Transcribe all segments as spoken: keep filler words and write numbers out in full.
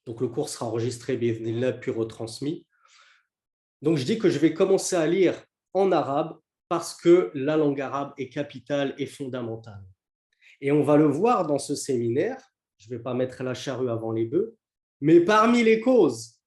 Donc, le cours sera enregistré, bi'idhnillah, puis retransmis. Donc, je dis que je vais commencer à lire en arabe parce que la langue arabe est capitale et fondamentale. Et on va le voir dans ce séminaire, je ne vais pas mettre la charrue avant les bœufs, mais parmi les causes,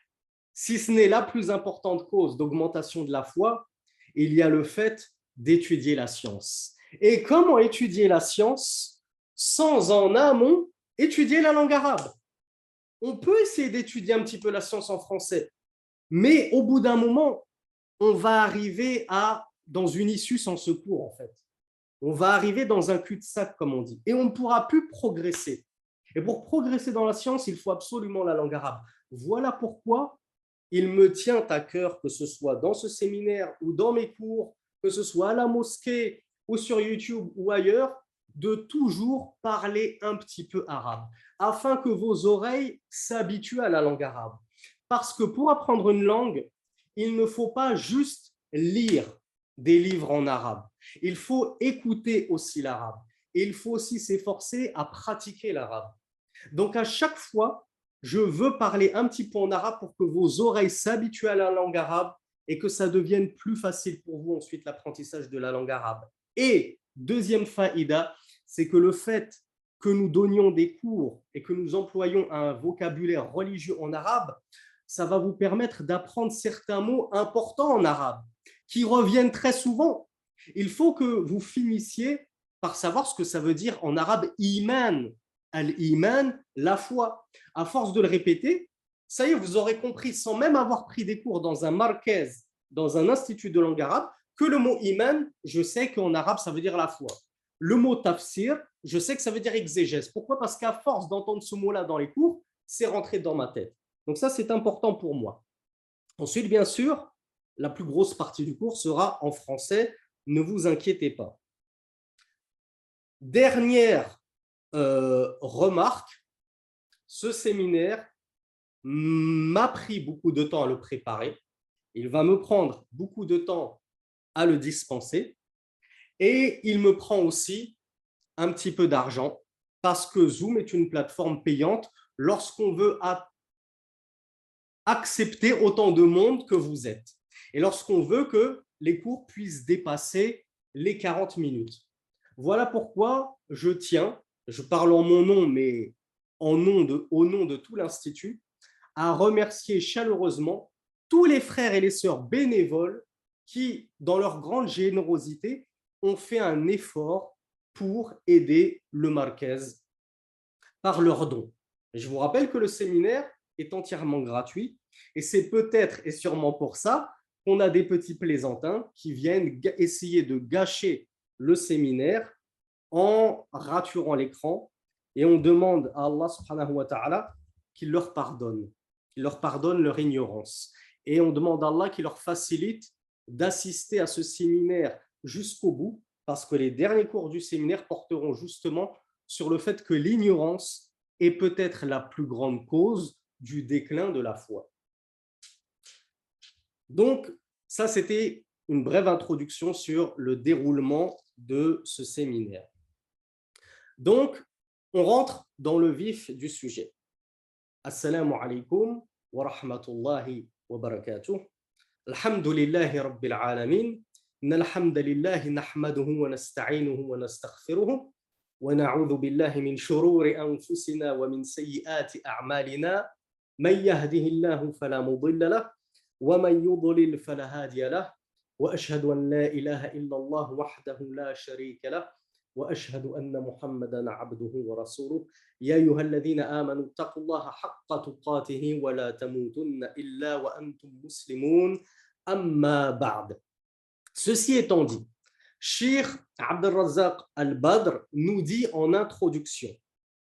si ce n'est la plus importante cause d'augmentation de la foi, il y a le fait d'étudier la science. Et comment étudier la science sans en amont étudier la langue arabe? On peut essayer d'étudier un petit peu la science en français, mais au bout d'un moment, on va arriver à, dans une issue sans secours, en fait. On va arriver dans un cul-de-sac, comme on dit, et on ne pourra plus progresser. Et pour progresser dans la science, il faut absolument la langue arabe. Voilà pourquoi il me tient à cœur, que ce soit dans ce séminaire ou dans mes cours, que ce soit à la mosquée ou sur YouTube ou ailleurs, de toujours parler un petit peu arabe, afin que vos oreilles s'habituent à la langue arabe. Parce que pour apprendre une langue, il ne faut pas juste lire des livres en arabe. Il faut écouter aussi l'arabe. Et il faut aussi s'efforcer à pratiquer l'arabe. Donc, à chaque fois, je veux parler un petit peu en arabe pour que vos oreilles s'habituent à la langue arabe et que ça devienne plus facile pour vous ensuite l'apprentissage de la langue arabe. Et deuxième faïda, c'est que le fait que nous donnions des cours et que nous employions un vocabulaire religieux en arabe, ça va vous permettre d'apprendre certains mots importants en arabe qui reviennent très souvent. Il faut que vous finissiez par savoir ce que ça veut dire en arabe iman. Al-iman, la foi. À force de le répéter, ça y est, vous aurez compris, sans même avoir pris des cours dans un markez, dans un institut de langue arabe, que le mot iman, je sais qu'en arabe, ça veut dire la foi. Le mot tafsir, je sais que ça veut dire exégèse. Pourquoi? Parce qu'à force d'entendre ce mot-là dans les cours, c'est rentré dans ma tête. Donc ça, c'est important pour moi. Ensuite, bien sûr, la plus grosse partie du cours sera en français. Ne vous inquiétez pas. Dernière euh, remarque, ce séminaire m'a pris beaucoup de temps à le préparer. Il va me prendre beaucoup de temps à le dispenser. Et il me prend aussi un petit peu d'argent parce que Zoom est une plateforme payante lorsqu'on veut accepter autant de monde que vous êtes. Et lorsqu'on veut que les cours puissent dépasser les quarante minutes. Voilà pourquoi je tiens, je parle en mon nom, mais en nom de, au nom de tout l'Institut, à remercier chaleureusement tous les frères et les sœurs bénévoles qui, dans leur grande générosité, ont fait un effort pour aider le Marquez par leurs dons. Je vous rappelle que le séminaire est entièrement gratuit et c'est peut-être et sûrement pour ça qu'on a des petits plaisantins qui viennent essayer de gâcher le séminaire en raturant l'écran et on demande à Allah subhanahu wa ta'ala qu'il leur pardonne, qu'il leur pardonne leur ignorance. Et on demande à Allah qu'il leur facilite d'assister à ce séminaire jusqu'au bout parce que les derniers cours du séminaire porteront justement sur le fait que l'ignorance est peut-être la plus grande cause du déclin de la foi. Donc, ça, c'était une brève introduction sur le déroulement de ce séminaire. Donc, on rentre dans le vif du sujet. Assalamu alaikum wa rahmatullahi wa barakatuh. Alhamdulillahi rabbil alamin. Inna alhamdulillahi nahmaduhu wa nasta'inuhu wa nastaghfiruhu. Wa na'udhu billahi min shururi anfusina wa min sayyiati a'malina. Man yahdihillahu fala mudilla lahu. ومن يضلل فلا هادي له واشهد ان لا اله الا الله وحده لا شريك له واشهد ان محمدا عبده ورسوله يا ايها الذين امنوا اتقوا الله حق تقاته ولا تموتن الا وانتم مسلمون اما بعد. Ceci étant dit, Cheikh Abdel Razak Al-Badr nous dit en introduction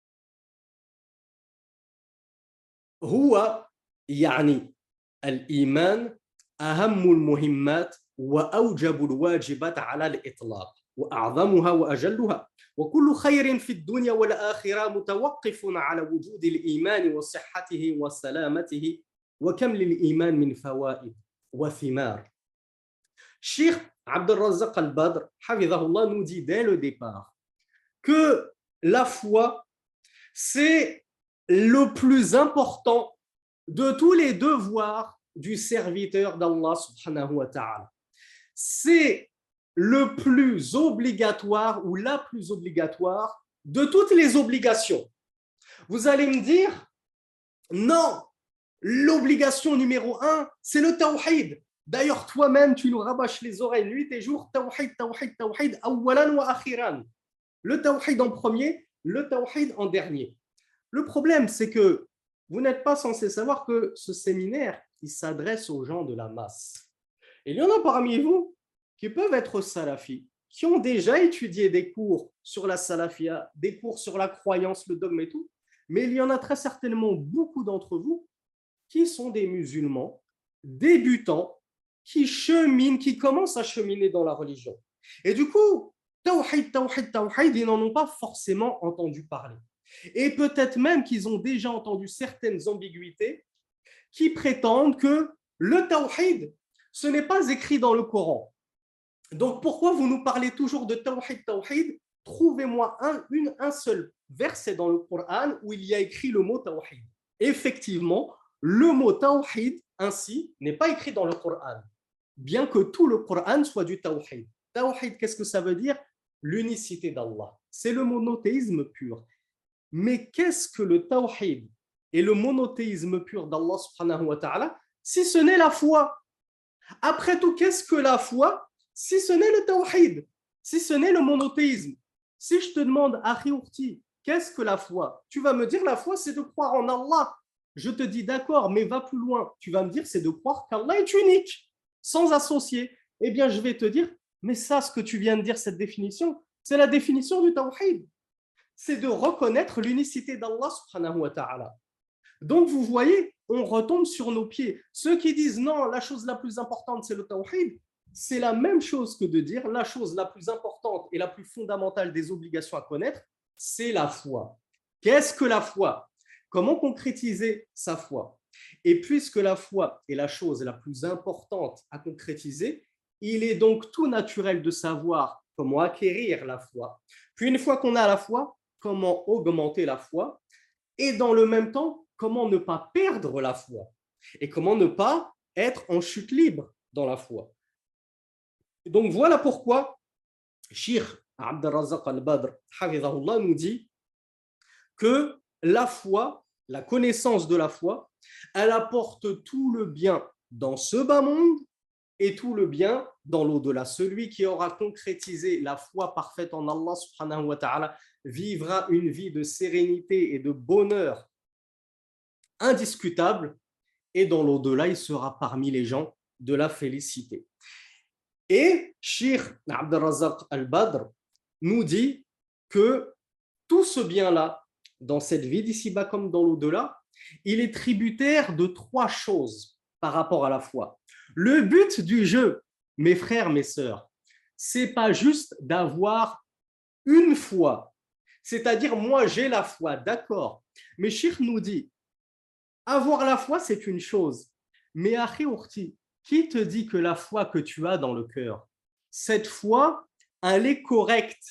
هو يعني الإيمان أهم المهمات وأوجب الواجبات على الإطلاق وأعظمها وأجلها وكل خير في الدنيا والآخرة متوقف على وجود الإيمان وصحته وسلامته وكم للإيمان من فوائد وثمار. Cheikh Abdel Razak Al-Badr, Hafidhahullah, nous dit dès le départ que la foi, c'est le plus important de tous les devoirs du serviteur d'Allah subhanahu wa ta'ala. C'est le plus obligatoire ou la plus obligatoire de toutes les obligations. Vous allez me dire, non, l'obligation numéro un, c'est le tawhid. D'ailleurs, toi-même, tu nous rabâches les oreilles nuit et jour, tawhid, tawhid, tawhid, awwalan wa akhiran. Le tawhid en premier, le tawhid en dernier. Le problème, c'est que vous n'êtes pas censé savoir que ce séminaire, il s'adresse aux gens de la masse. Et il y en a parmi vous qui peuvent être salafis, qui ont déjà étudié des cours sur la salafia, des cours sur la croyance, le dogme et tout, mais il y en a très certainement beaucoup d'entre vous qui sont des musulmans débutants, qui cheminent, qui commencent à cheminer dans la religion. Et du coup, tawhid, tawhid, tawhid, ils n'en ont pas forcément entendu parler. Et peut-être même qu'ils ont déjà entendu certaines ambiguïtés qui prétendent que le tawhid, ce n'est pas écrit dans le Coran. Donc, pourquoi vous nous parlez toujours de tawhid, tawhid? Trouvez-moi un, une, un seul verset dans le Coran où il y a écrit le mot tawhid. Effectivement, le mot tawhid, ainsi, n'est pas écrit dans le Coran, bien que tout le Coran soit du tawhid. Tawhid, qu'est-ce que ça veut dire? L'unicité d'Allah. C'est le monothéisme pur. Mais qu'est-ce que le tawhid et le monothéisme pur d'Allah subhanahu wa ta'ala, si ce n'est la foi? Après tout, qu'est-ce que la foi si ce n'est le tawhid, si ce n'est le monothéisme? Si je te demande, Akhi Urti, qu'est-ce que la foi? Tu vas me dire, la foi, c'est de croire en Allah. Je te dis, d'accord, mais va plus loin. Tu vas me dire, c'est de croire qu'Allah est unique, sans associé. Eh bien, je vais te dire, mais ça, ce que tu viens de dire, cette définition, c'est la définition du tawhid. C'est de reconnaître l'unicité d'Allah subhanahu wa ta'ala. Donc, vous voyez, on retombe sur nos pieds. Ceux qui disent, non, la chose la plus importante, c'est le tawhid, c'est la même chose que de dire la chose la plus importante et la plus fondamentale des obligations à connaître, c'est la foi. Qu'est-ce que la foi? Comment concrétiser sa foi? Et puisque la foi est la chose la plus importante à concrétiser, il est donc tout naturel de savoir comment acquérir la foi. Puis une fois qu'on a la foi, comment augmenter la foi? Et dans le même temps, comment ne pas perdre la foi? Et comment ne pas être en chute libre dans la foi? Donc voilà pourquoi Cheikh Abd al-Razzaq al-Badr hafizahullah, nous dit que la foi, la connaissance de la foi, elle apporte tout le bien dans ce bas monde et tout le bien dans l'au-delà. Celui qui aura concrétisé la foi parfaite en Allah subhanahu wa ta'ala vivra une vie de sérénité et de bonheur indiscutable, et dans l'au-delà, il sera parmi les gens de la félicité. Et Cheikh Abd al-Razzaq al-Badr nous dit que tout ce bien-là, dans cette vie d'ici-bas comme dans l'au-delà, il est tributaire de trois choses par rapport à la foi. Le but du jeu, mes frères, mes sœurs, c'est pas juste d'avoir une foi, c'est-à-dire moi j'ai la foi, d'accord, mais Cheikh nous dit, avoir la foi c'est une chose, mais Akhi Urti, qui te dit que la foi que tu as dans le cœur, cette foi, elle est correcte?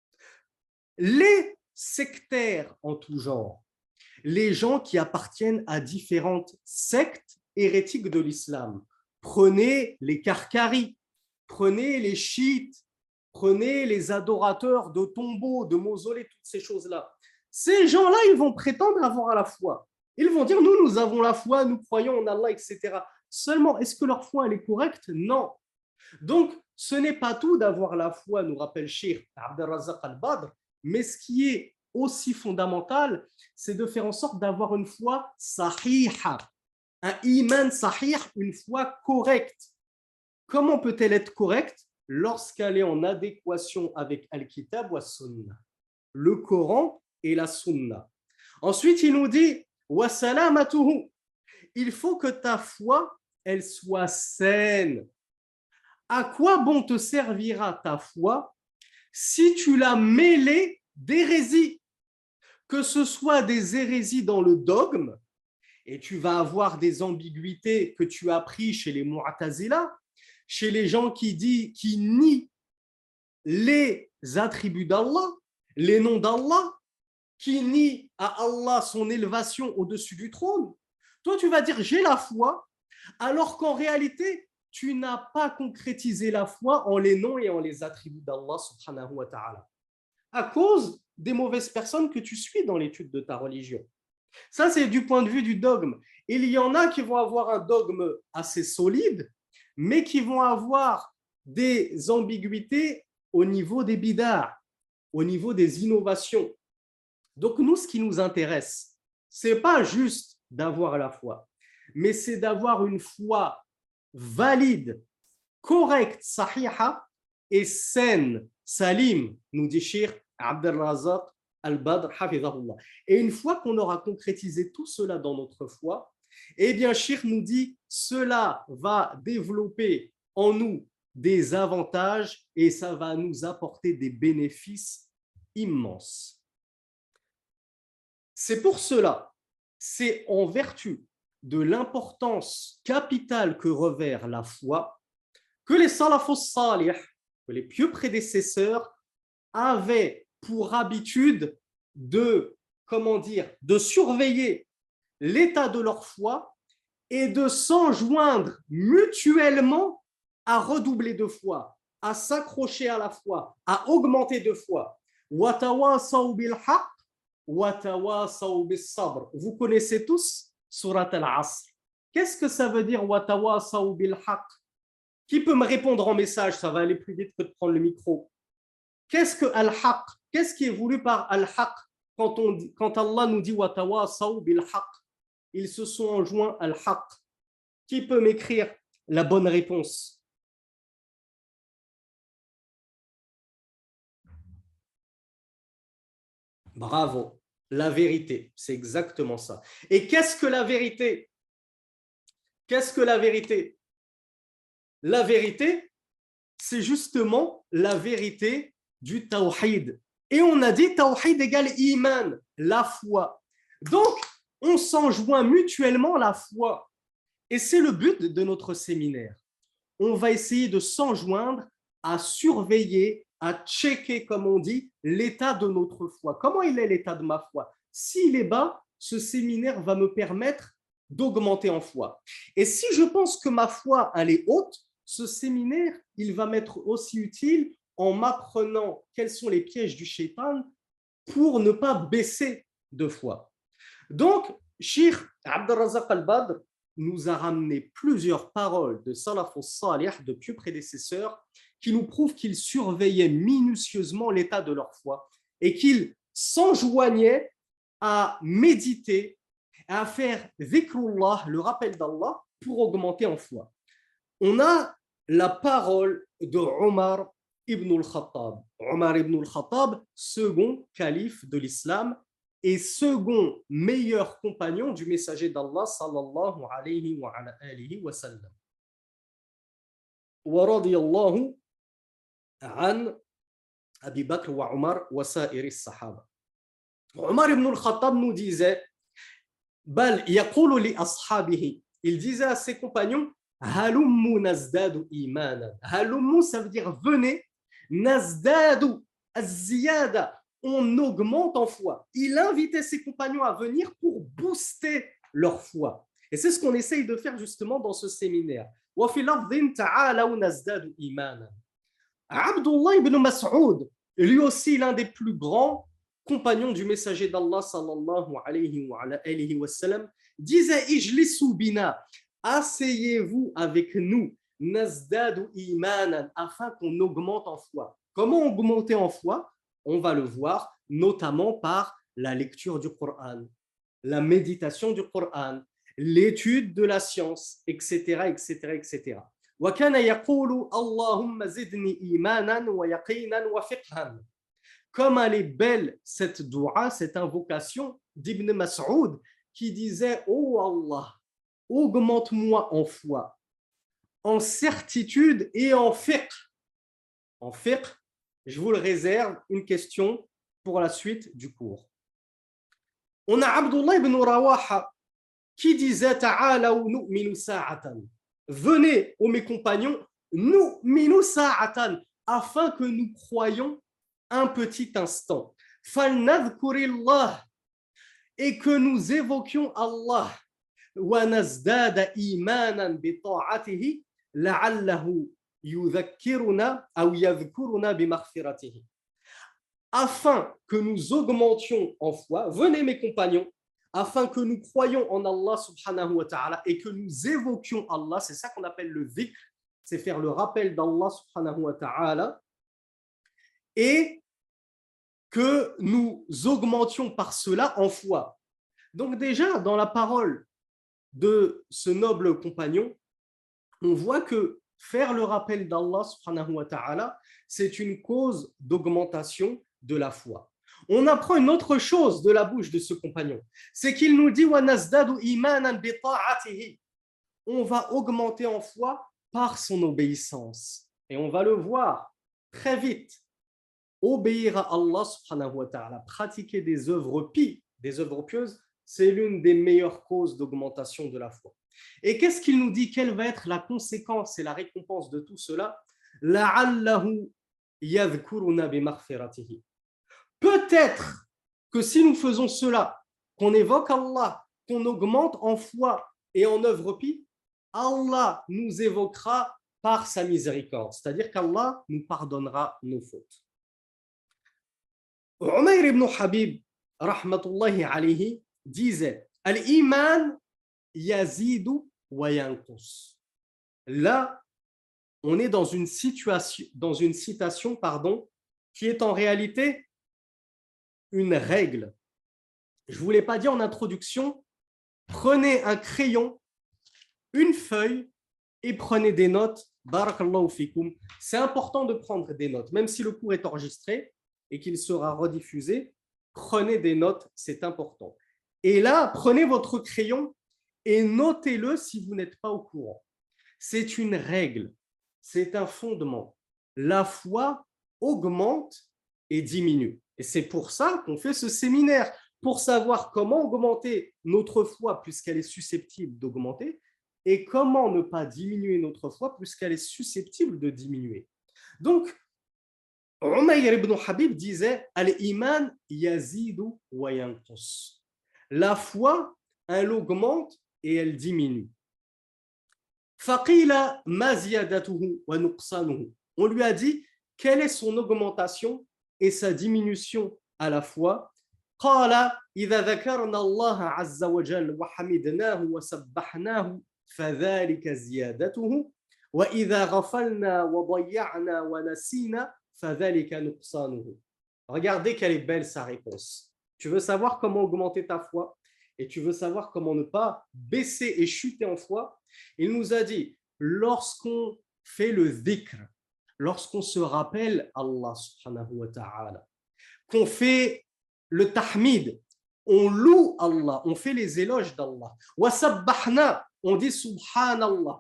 Les sectaires en tout genre, les gens qui appartiennent à différentes sectes hérétiques de l'islam, prenez les Karkaris, prenez les chiites, prenez les adorateurs de tombeaux, de mausolées, toutes ces choses-là. Ces gens-là, ils vont prétendre avoir la foi. Ils vont dire, nous, nous avons la foi, nous croyons en Allah, et cetera. Seulement, est-ce que leur foi, elle est correcte? Non. Donc, ce n'est pas tout d'avoir la foi, nous rappelle Cheikh Abd al-Razzaq al-Badr, mais ce qui est aussi fondamental, c'est de faire en sorte d'avoir une foi sahiha, un iman sahih, une foi correcte. Comment peut-elle être correcte? Lorsqu'elle est en adéquation avec Al-Kitab wa Sunnah, le Coran et la Sunna. Ensuite, il nous dit wa salamatuhu, il faut que ta foi, elle soit saine. À quoi bon te servira ta foi si tu l'as mêlée d'hérésies? Que ce soit des hérésies dans le dogme, et tu vas avoir des ambiguïtés que tu as appris chez les Mu'tazila, chez les gens qui, disent, qui nient les attributs d'Allah, les noms d'Allah, qui nie à Allah son élévation au-dessus du trône. Toi, tu vas dire j'ai la foi, alors qu'en réalité, tu n'as pas concrétisé la foi en les noms et en les attributs d'Allah subhanahu wa ta'ala, à cause des mauvaises personnes que tu suis dans l'étude de ta religion. Ça, c'est du point de vue du dogme. Il y en a qui vont avoir un dogme assez solide, mais qui vont avoir des ambiguïtés au niveau des bid'ah, au niveau des innovations. Donc nous, ce qui nous intéresse, c'est pas juste d'avoir la foi, mais c'est d'avoir une foi valide, correcte, sahiha et saine, salim, nous dit Cheikh Abdelrazak Al-Badr, hafizahullah. Et une fois qu'on aura concrétisé tout cela dans notre foi, eh bien, Cheikh nous dit, cela va développer en nous des avantages et ça va nous apporter des bénéfices immenses. C'est pour cela, c'est en vertu de l'importance capitale que revêt la foi que les salafus salih, que les pieux prédécesseurs avaient pour habitude de, comment dire, de surveiller l'état de leur foi et de s'enjoindre mutuellement à redoubler de foi, à s'accrocher à la foi, à augmenter de foi. Watawasaw bil haqq, watawasaw bis sabr. Vous connaissez tous Surat al-Asr. Qu'est-ce que ça veut dire watawasaw bil haqq? Qui peut me répondre en message? Ça va aller plus vite que de prendre le micro. Qu'est-ce que al-haqq? Qu'est-ce qui est voulu par al-haqq quand, on dit, quand Allah nous dit watawasaw bil haqq? Ils se sont enjoints al-haqq. Qui peut m'écrire la bonne réponse? Bravo, la vérité, c'est exactement ça. Et qu'est-ce que la vérité? Qu'est-ce que la vérité? La vérité, c'est justement la vérité du tawhid. Et on a dit tawhid égale iman, la foi. Donc, on s'enjoint mutuellement la foi. Et c'est le but de notre séminaire. On va essayer de s'enjoindre à surveiller, à checker, comme on dit, l'état de notre foi. Comment il est l'état de ma foi? S'il est bas, ce séminaire va me permettre d'augmenter en foi. Et si je pense que ma foi, elle est haute, ce séminaire, il va m'être aussi utile en m'apprenant quels sont les pièges du shaitan pour ne pas baisser de foi. Donc, Cheikh Abdelrazak Al-Badr nous a ramené plusieurs paroles de salafus salih, de pieux prédécesseurs, qui nous prouvent qu'ils surveillaient minutieusement l'état de leur foi et qu'ils s'enjoignaient à méditer, à faire dhikrullah, le rappel d'Allah, pour augmenter en foi. On a la parole de Omar ibn al-Khattab. Omar ibn al-Khattab, second calife de l'islam et second meilleur compagnon du messager d'Allah sallallahu alayhi wa ala alihi wa sallam. Wa radiyallahu an Abi Bakr wa Omar wa sa'iri sahaba. Omar ibn al-Khattab nous disait, bal yaqulu li ashabihi, il disait à ses compagnons, halummu nazdadu imanan. Halummu, ça veut dire venez, nazdadu az-ziyada, on augmente en foi. Il invitait ses compagnons à venir pour booster leur foi. Et c'est ce qu'on essaye de faire justement dans ce séminaire. Wa fi lafdhin ta'alaw nazdadu imanan. Abdullah ibn Mas'ud, lui aussi l'un des plus grands compagnons du messager d'Allah sallallahu alayhi wa alayhi wa sallam, disait ijlisu bina, asseyez-vous avec nous, nazdadu imanan, afin qu'on augmente en foi. Comment augmenter en foi? On va le voir notamment par la lecture du Coran, la méditation du Coran, l'étude de la science, et cetera, et cetera, et cetera. وكان يقول اللهم زدني إيمانا ويقينا وفقها. Comme elle est belle cette dua, cette invocation d'Ibn Mas'ud qui disait « Oh Allah, augmente-moi en foi, en certitude et en fiqh ». En fiqh, je vous le réserve, une question pour la suite du cours. On a Abdullah ibn Rawaha qui disait « Ta'alaw nu'minu sa'atan ». Venez, ô mes compagnons, nu'minu sa'atan, afin que nous croyions un petit instant. فَلْنَذْكُرِ اللَّهِ, et que nous évoquions Allah, وَنَزْدَادَ إِيمَانًا بِطَاعَتِهِ لَعَلَّهُ يُذَكِّرُنَا أَوْ يَذْكُرُنَا بِمَغْفِرَتِهِ, afin que nous augmentions en foi. Venez mes compagnons, afin que nous croyions en Allah subhanahu wa ta'ala et que nous évoquions Allah. C'est ça qu'on appelle le dhikr, c'est faire le rappel d'Allah subhanahu wa ta'ala, et que nous augmentions par cela en foi. Donc déjà, dans la parole de ce noble compagnon, on voit que faire le rappel d'Allah subhanahu wa ta'ala, c'est une cause d'augmentation de la foi. On apprend une autre chose de la bouche de ce compagnon, c'est qu'il nous dit وَنَزْدَادُ إِيمَانًا بِطَاعَتِهِ, on va augmenter en foi par son obéissance. Et on va le voir très vite. Obéir à Allah subhanahu wa ta'ala, pratiquer des œuvres pieuses, des œuvres pieuses, c'est l'une des meilleures causes d'augmentation de la foi. Et qu'est-ce qu'il nous dit? Quelle va être la conséquence et la récompense de tout cela? لَعَلَّهُ يَذْكُرُنَا بِمَغْفِرَتِهِ. Peut-être que si nous faisons cela, qu'on évoque Allah, qu'on augmente en foi et en œuvre pieuses, Allah nous évoquera par sa miséricorde, c'est-à-dire qu'Allah nous pardonnera nos fautes. Umayr ibn Habib, rahmatullahi alayhi, disait Al-Iman yazidu wa yanqus. Là, on est dans une, situation, dans une citation pardon, qui est en réalité une règle. Je ne vous l'ai pas dit en introduction, prenez un crayon, une feuille et prenez des notes. Barakallahu fikum. C'est important de prendre des notes, même si le cours est enregistré et qu'il sera rediffusé, prenez des notes, c'est important. Et là, prenez votre crayon et notez-le si vous n'êtes pas au courant. C'est une règle, c'est un fondement. La foi augmente et diminue. Et c'est pour ça qu'on fait ce séminaire, pour savoir comment augmenter notre foi puisqu'elle est susceptible d'augmenter et comment ne pas diminuer notre foi puisqu'elle est susceptible de diminuer. Donc, Umayr ibn Habib disait Al-Iman yazidu wa yanqus. La foi, elle augmente et elle diminue. Faqila ma ziyadatuhu wa nuqsanuhu. On lui a dit quelle est son augmentation et sa diminution à la fois. Qala idha dhakarna Allah azza wa jalla wa hamidnahu wa sabbahnahu fadhalika ziyadatuhu wa idha ghafalna wa dayya'na wa nasina. Regardez quelle est belle sa réponse. Tu veux savoir comment augmenter ta foi et tu veux savoir comment ne pas baisser et chuter en foi. Il nous a dit, lorsqu'on fait le dhikr, lorsqu'on se rappelle Allah subhanahu wa ta'ala, qu'on fait le tahmid, on loue Allah, on fait les éloges d'Allah. Wa sabbahna, on dit subhanallah.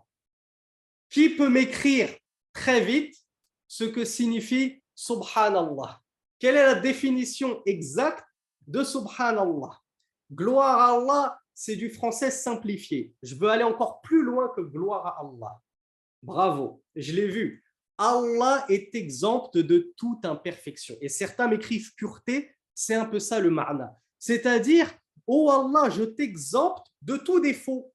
Qui peut m'écrire très vite ce que signifie Subhanallah? Quelle est la définition exacte de Subhanallah? Gloire à Allah, c'est du français simplifié. Je veux aller encore plus loin que gloire à Allah. Bravo, je l'ai vu. Allah est exempt de toute imperfection. Et certains m'écrivent pureté, c'est un peu ça le ma'na. C'est-à-dire, oh Allah, je t'exempte de tout défaut.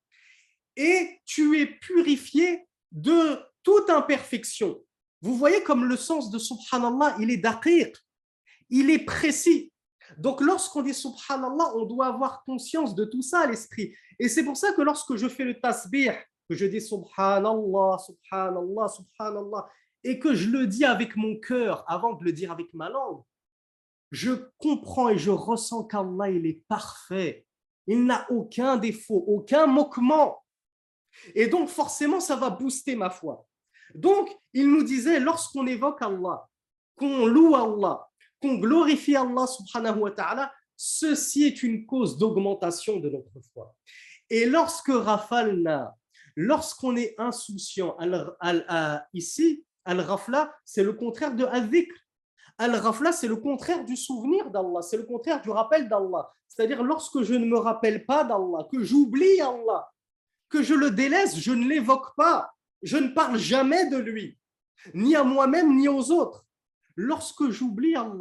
Et tu es purifié de toute imperfection. Vous voyez comme le sens de Subhanallah, il est daqiq, il est précis. Donc lorsqu'on dit Subhanallah, on doit avoir conscience de tout ça à l'esprit. Et c'est pour ça que lorsque je fais le tasbih, que je dis Subhanallah, Subhanallah, Subhanallah, et que je le dis avec mon cœur avant de le dire avec ma langue, je comprends et je ressens qu'Allah, il est parfait. Il n'a aucun défaut, aucun moquement. Et donc forcément, ça va booster ma foi. Donc, il nous disait, lorsqu'on évoque Allah, qu'on loue Allah, qu'on glorifie Allah subhanahu wa ta'ala, ceci est une cause d'augmentation de notre foi. Et lorsque rafalna, lorsqu'on est insouciant, al, al, al, ici, al-rafla, c'est le contraire de al-dhikr. Al-rafla, c'est le contraire du souvenir d'Allah, c'est le contraire du rappel d'Allah. C'est-à-dire, lorsque je ne me rappelle pas d'Allah, que j'oublie Allah, que je le délaisse, je ne l'évoque pas. Je ne parle jamais de lui, ni à moi-même, ni aux autres. Lorsque j'oublie Allah,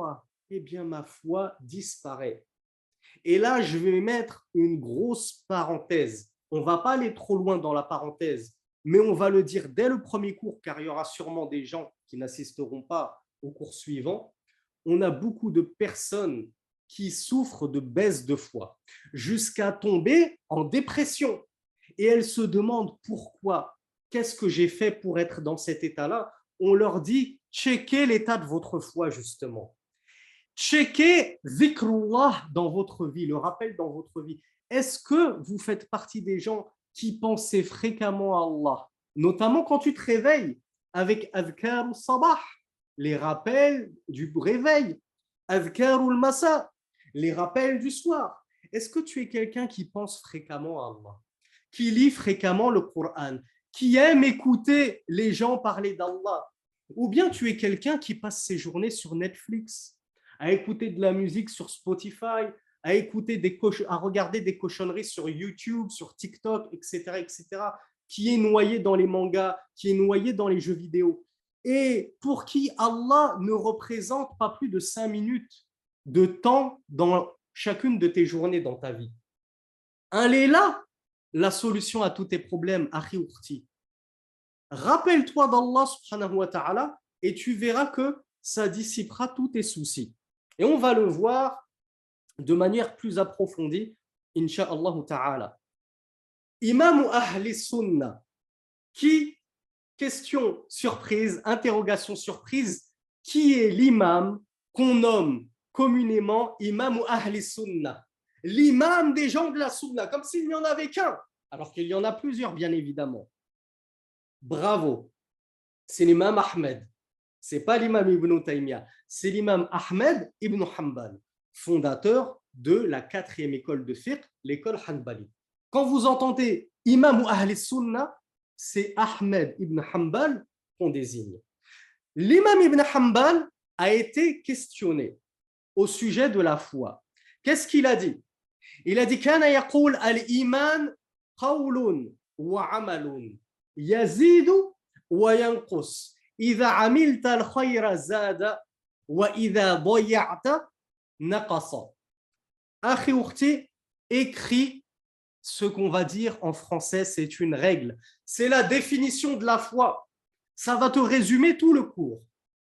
eh bien ma foi disparaît. Et là, je vais mettre une grosse parenthèse. On ne va pas aller trop loin dans la parenthèse, mais on va le dire dès le premier cours, car il y aura sûrement des gens qui n'assisteront pas au cours suivant. On a beaucoup de personnes qui souffrent de baisse de foi, jusqu'à tomber en dépression. Et elles se demandent pourquoi, qu'est-ce que j'ai fait pour être dans cet état-là? On leur dit, checkez l'état de votre foi, justement. Checkez zikrullah dans votre vie, le rappel dans votre vie. Est-ce que vous faites partie des gens qui pensaient fréquemment à Allah, notamment quand tu te réveilles avec adhkar sabah, les rappels du réveil, adhkar masa, les rappels du soir. Est-ce que tu es quelqu'un qui pense fréquemment à Allah, qui lit fréquemment le Coran, qui aime écouter les gens parler d'Allah, ou bien tu es quelqu'un qui passe ses journées sur Netflix, à écouter de la musique sur Spotify, à, écouter des coch- à regarder des cochonneries sur YouTube, sur TikTok, et cetera, et cetera, qui est noyé dans les mangas, qui est noyé dans les jeux vidéo, et pour qui Allah ne représente pas plus de cinq minutes de temps dans chacune de tes journées dans ta vie. Elle est là, la solution à tous tes problèmes, Akhi Urti. Rappelle-toi d'Allah subhanahu wa ta'ala et tu verras que ça dissipera tous tes soucis. Et on va le voir de manière plus approfondie, incha'Allah ta'ala. Imam Ahli Sunnah, qui, question surprise, interrogation surprise, qui est l'imam qu'on nomme communément Imam Ahli Sunnah, l'imam des gens de la Sunnah, comme s'il n'y en avait qu'un, alors qu'il y en a plusieurs, bien évidemment. Bravo, c'est l'imam Ahmed. Ce n'est pas l'imam Ibn Taymiyyah, c'est l'imam Ahmed Ibn Hanbal, fondateur de la quatrième école de fiqh, l'école Hanbali. Quand vous entendez imam ou Ahl Sunnah, c'est Ahmed Ibn Hanbal qu'on désigne. L'imam Ibn Hanbal a été questionné au sujet de la foi. Qu'est-ce qu'il a dit? Il a dit كان يقول الإيمان قول وعمل يزيد وينقص إذا عملت الخير زاد وإذا ضيعت نقص. Akhi Urti écrit ce qu'on va dire en français, c'est une règle. C'est la définition de la foi. Ça va te résumer tout le cours.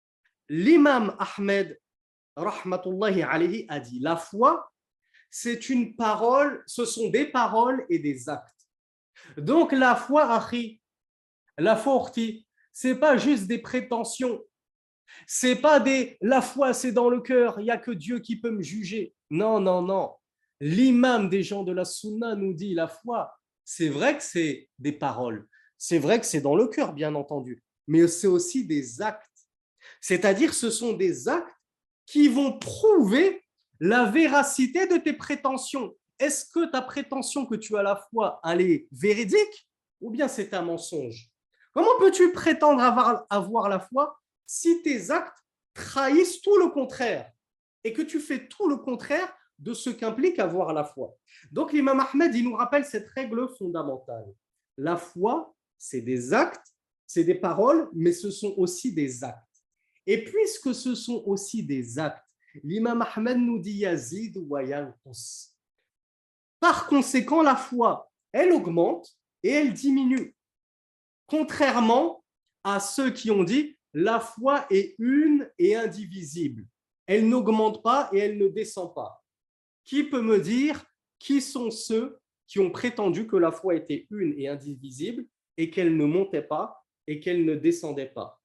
L'imam Ahmed, rahmatullahi alayhi, a dit la foi, c'est une parole, ce sont des paroles et des actes. Donc la foi, Akhi, la foi Urti, c'est pas juste des prétentions. C'est pas des la foi, c'est dans le cœur, il n'y a que Dieu qui peut me juger. Non, non, non. L'imam des gens de la Sunna nous dit la foi, c'est vrai que c'est des paroles, c'est vrai que c'est dans le cœur, bien entendu, mais c'est aussi des actes. C'est-à-dire, ce sont des actes qui vont prouver la véracité de tes prétentions. Est-ce que ta prétention que tu as la foi, elle est véridique ou bien c'est un mensonge? Comment peux-tu prétendre avoir, avoir la foi si tes actes trahissent tout le contraire et que tu fais tout le contraire de ce qu'implique avoir la foi? Donc l'imam Ahmed, il nous rappelle cette règle fondamentale. La foi, c'est des actes, c'est des paroles, mais ce sont aussi des actes. Et puisque ce sont aussi des actes, l'imam Ahmed nous dit Yazid wa yanqus. Par conséquent, la foi, elle augmente et elle diminue. Contrairement à ceux qui ont dit la foi est une et indivisible. Elle n'augmente pas et elle ne descend pas. Qui peut me dire qui sont ceux qui ont prétendu que la foi était une et indivisible et qu'elle ne montait pas et qu'elle ne descendait pas?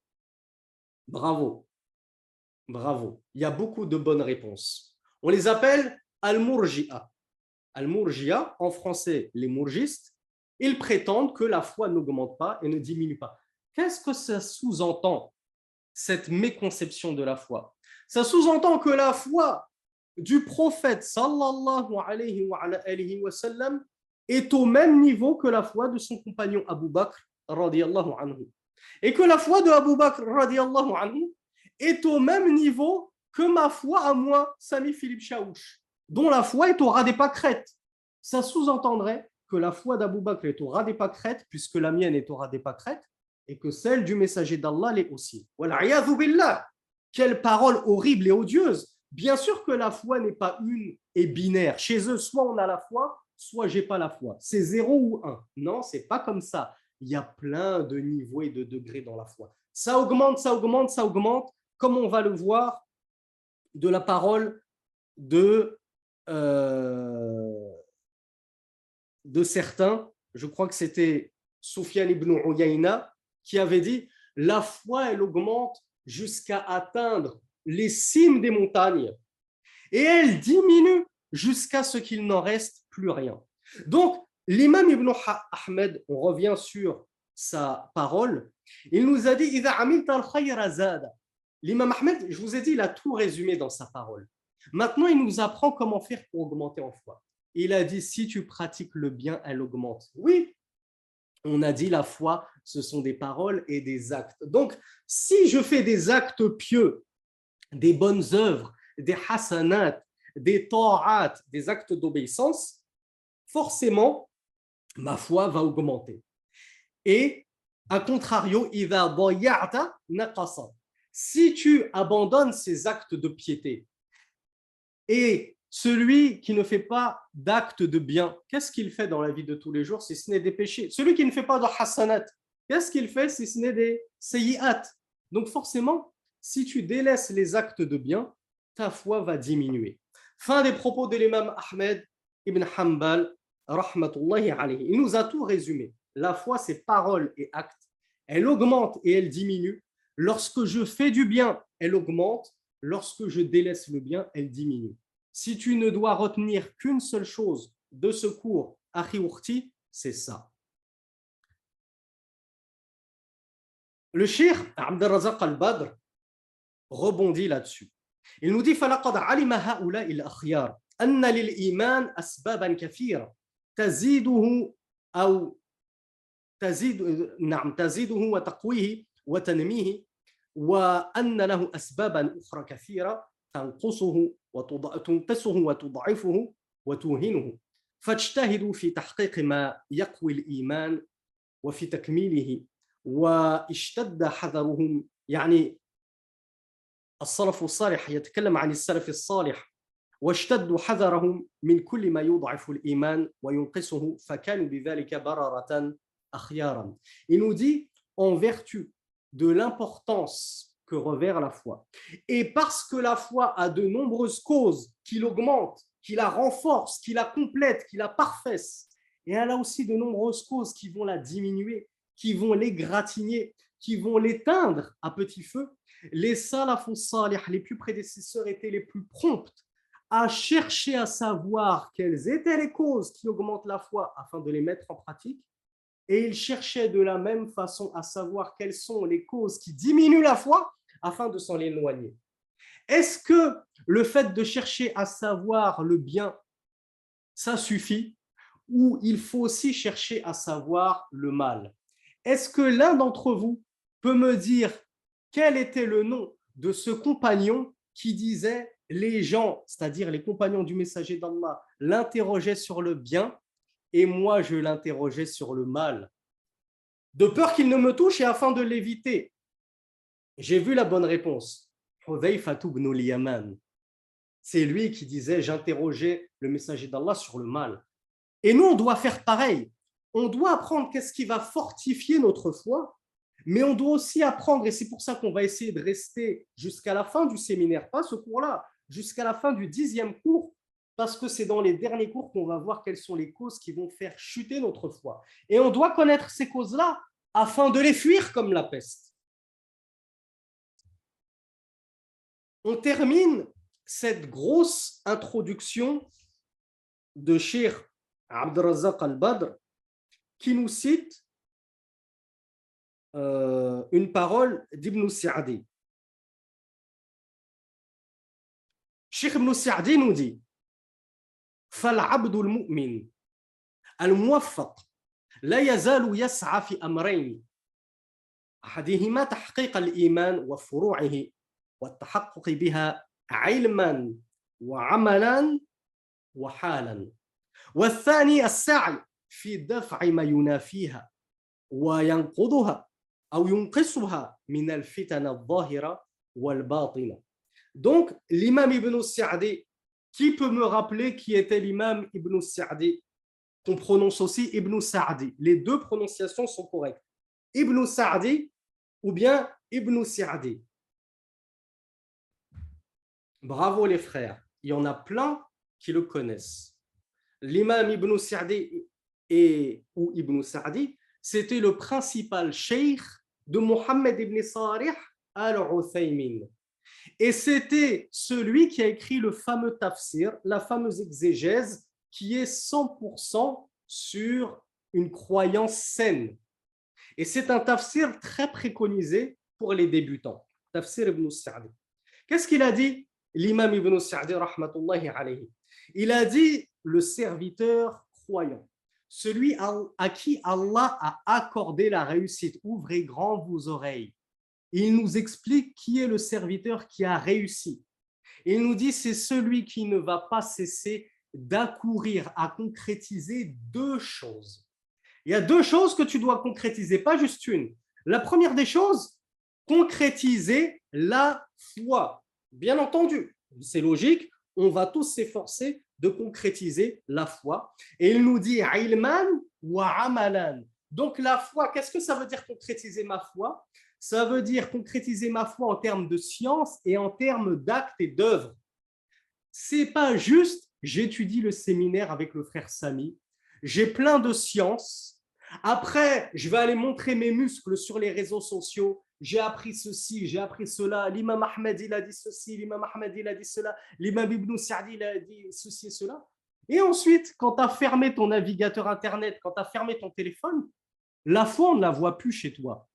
Bravo, bravo. Il y a beaucoup de bonnes réponses. On les appelle al-murji'a. Al-murji'a, en français, les mourgistes, ils prétendent que la foi n'augmente pas et ne diminue pas. Qu'est-ce que ça sous-entend, cette méconception de la foi? Ça sous-entend que la foi du prophète sallallahu alayhi wa, alayhi wa sallam est au même niveau que la foi de son compagnon Abu Bakr radiyallahu anhu. Et que la foi de Abu Bakr radiyallahu anhu est au même niveau que ma foi à moi, Sami Philippe Chaouch, dont la foi est au ras des pâquerettes. Ça sous-entendrait que la foi d'Abu Bakr est au ras des pâquerettes, puisque la mienne est au ras des pâquerettes, et que celle du messager d'Allah l'est aussi. Wal'iyadhu billah. Quelle parole horrible et odieuse Bien sûr que la foi n'est pas une et binaire. Chez eux, soit on a la foi, soit j'ai pas la foi. C'est zéro ou un. Non, c'est pas comme ça. Il y a plein de niveaux et de degrés dans la foi. Ça augmente, ça augmente, ça augmente, comme on va le voir de la parole de, euh, de certains. Je crois que c'était Soufiane ibn Uyayna qui avait dit la foi, elle augmente jusqu'à atteindre les cimes des montagnes et elle diminue jusqu'à ce qu'il n'en reste plus rien. Donc, l'imam Ibn Ahmed, on revient sur sa parole, il nous a dit إِذَا عَمِلْتَ الْخَيْرَ زَادَ. L'imam Ahmed, je vous ai dit, il a tout résumé dans sa parole. Maintenant, il nous apprend comment faire pour augmenter en foi. Il a dit, si tu pratiques le bien, elle augmente. Oui, on a dit la foi, ce sont des paroles et des actes. Donc, si je fais des actes pieux, des bonnes œuvres, des hasanat, des ta'at, des actes d'obéissance, forcément, ma foi va augmenter. Et, à contrario, إِذَا ضَيَّعْتَ نَقَصَ. Si tu abandonnes ces actes de piété et celui qui ne fait pas d'actes de bien, qu'est-ce qu'il fait dans la vie de tous les jours si ce n'est des péchés? Celui qui ne fait pas de hasanat, qu'est-ce qu'il fait si ce n'est des sayyi'at? Donc forcément, si tu délaisses les actes de bien, ta foi va diminuer. Fin des propos de l'imam Ahmed ibn Hanbal, rahmatullahi alayhi. Il nous a tout résumé. La foi, c'est paroles et actes. Elle augmente et elle diminue. Lorsque je fais du bien, elle augmente. Lorsque je délaisse le bien, elle diminue. Si tu ne dois retenir qu'une seule chose de ce cours, Akhi Ourti, c'est ça. Le cheikh Abdelrazak al-Badr rebondit là-dessus. Il nous dit فَلَقَدْ عَلِمَ هَؤُلَاءِ الْأَخْيَارِ أَنَّ لِلْإِيمَانِ أَسْبَابًا كَثِيرًا تزيده أو تزيد نعم تزيده وتقويه وتنميه وأن له أسبابا أخرى كثيرة تنقصه وتنقصه وتضعفه وتوهنه فاجتهدوا في تحقيق ما يقوي الإيمان وفي تكميله واشتد حذرهم. يعني السلف الصالح يتكلم عن السلف الصالح واشتدوا حذرهم من كل ما يضعف الإيمان وينقصه فكانوا بذلك بررة أخيارا. Il nous dit en vertu de l'importance que revêt la foi et parce que la foi a de nombreuses causes qui l'augmentent, qui la renforcent, qui la complètent, qui la parfaissent, et elle a aussi de nombreuses causes qui vont la diminuer, qui vont l'égratigner, qui vont l'éteindre à petit feu. Les salafus salih, les plus prédécesseurs, étaient les plus prompts à chercher à savoir quelles étaient les causes qui augmentent la foi afin de les mettre en pratique, et ils cherchaient de la même façon à savoir quelles sont les causes qui diminuent la foi afin de s'en éloigner. Est-ce que le fait de chercher à savoir le bien, ça suffit, ou il faut aussi chercher à savoir le mal? Est-ce que l'un d'entre vous peut me dire quel était le nom de ce compagnon qui disait les gens, c'est-à-dire les compagnons du messager d'Allah, l'interrogeaient sur le bien et moi je l'interrogeais sur le mal, de peur qu'il ne me touche et afin de l'éviter? J'ai vu la bonne réponse. Hudhayfa ibn al-Yaman. C'est lui qui disait j'interrogeais le messager d'Allah sur le mal. Et nous, on doit faire pareil. On doit apprendre qu'est-ce qui va fortifier notre foi, mais on doit aussi apprendre, et c'est pour ça qu'on va essayer de rester jusqu'à la fin du séminaire, pas ce cours-là, jusqu'à la fin du dixième cours, parce que c'est dans les derniers cours qu'on va voir quelles sont les causes qui vont faire chuter notre foi. Et on doit connaître ces causes-là afin de les fuir comme la peste. On termine cette grosse introduction de Cheikh Abdelrazak al-Badr qui nous cite euh, une parole d'Ibn Sa'di. Cheikh Ibn Sa'di nous dit فالعبد المؤمن الموفق لا يزال يسعى في أمرين أحدهما تحقيق الإيمان وفروعه والتحقق بها علما وعملا وحالا، والثاني السعي في دفع ما ينافيها وينقضها أو ينقصها من الفتن الظاهرة والباطنة. Donc, l'imam Ibn Sa'di, qui peut me rappeler qui était l'imam Ibn Sa'di? On prononce aussi Ibn Sa'di. Les deux prononciations sont correctes. Ibn Sa'di ou bien Ibn Sa'di. Bravo les frères. Il y en a plein qui le connaissent. L'imam Ibn Sa'di et, ou Ibn Sa'di, c'était le principal cheikh de Mohammed ibn Salih al-Uthaymin. Et c'était celui qui a écrit le fameux tafsir, la fameuse exégèse, qui est cent pour cent sur une croyance saine. Et c'est un tafsir très préconisé pour les débutants. Tafsir Ibn Sa'di. Qu'est-ce qu'il a dit, l'imam Ibn Sa'di, rahmatullahi alayhi? Il a dit le serviteur croyant, celui à qui Allah a accordé la réussite. Ouvrez grand vos oreilles. Il nous explique qui est le serviteur qui a réussi. Il nous dit c'est celui qui ne va pas cesser d'accourir à concrétiser deux choses. Il y a deux choses que tu dois concrétiser, pas juste une. La première des choses, concrétiser la foi. Bien entendu, c'est logique, on va tous s'efforcer de concrétiser la foi. Et il nous dit ilman wa amalan. Donc la foi, qu'est-ce que ça veut dire concrétiser ma foi? Ça veut dire concrétiser ma foi en termes de science et en termes d'actes et d'œuvres. C'est pas juste j'étudie le séminaire avec le frère Sami, j'ai plein de sciences, après je vais aller montrer mes muscles sur les réseaux sociaux, j'ai appris ceci, j'ai appris cela, l'imam Ahmed il a dit ceci, l'imam Ahmed il a dit cela, l'imam Ibn Sa'di il a dit ceci et cela. Et ensuite, quand tu as fermé ton navigateur internet, quand tu as fermé ton téléphone, la foi on ne la voit plus chez toi.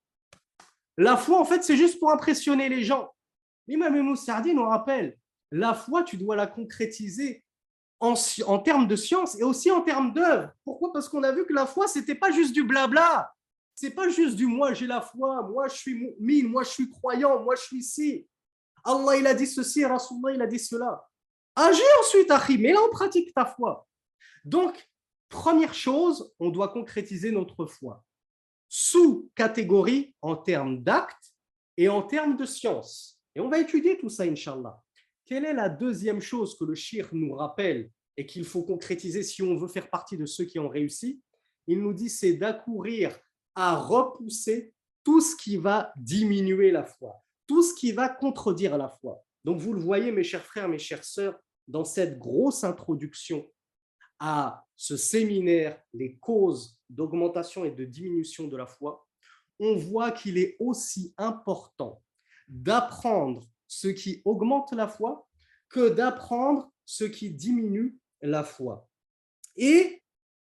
La foi, en fait, c'est juste pour impressionner les gens. L'imam Ibn Sa'di nous rappelle, la foi, tu dois la concrétiser en, en termes de science et aussi en termes d'œuvre. Pourquoi? Parce qu'on a vu que la foi, ce n'était pas juste du blabla. Ce n'est pas juste du moi, j'ai la foi, moi, je suis mu'min, moi, je suis croyant, moi, je suis ici. Allah, il a dit ceci, Rasulullah, il a dit cela. Agis ensuite, Akhi, mets là en pratique ta foi. Donc, première chose, on doit concrétiser notre foi. Sous-catégorie en termes d'actes et en termes de science. Et on va étudier tout ça, Inch'Allah. Quelle est la deuxième chose que le shir nous rappelle et qu'il faut concrétiser si on veut faire partie de ceux qui ont réussi? Il nous dit c'est d'accourir à repousser tout ce qui va diminuer la foi, tout ce qui va contredire la foi. Donc vous le voyez, mes chers frères, mes chères sœurs, dans cette grosse introduction à ce séminaire, les causes d'augmentation et de diminution de la foi, on voit qu'il est aussi important d'apprendre ce qui augmente la foi que d'apprendre ce qui diminue la foi. Et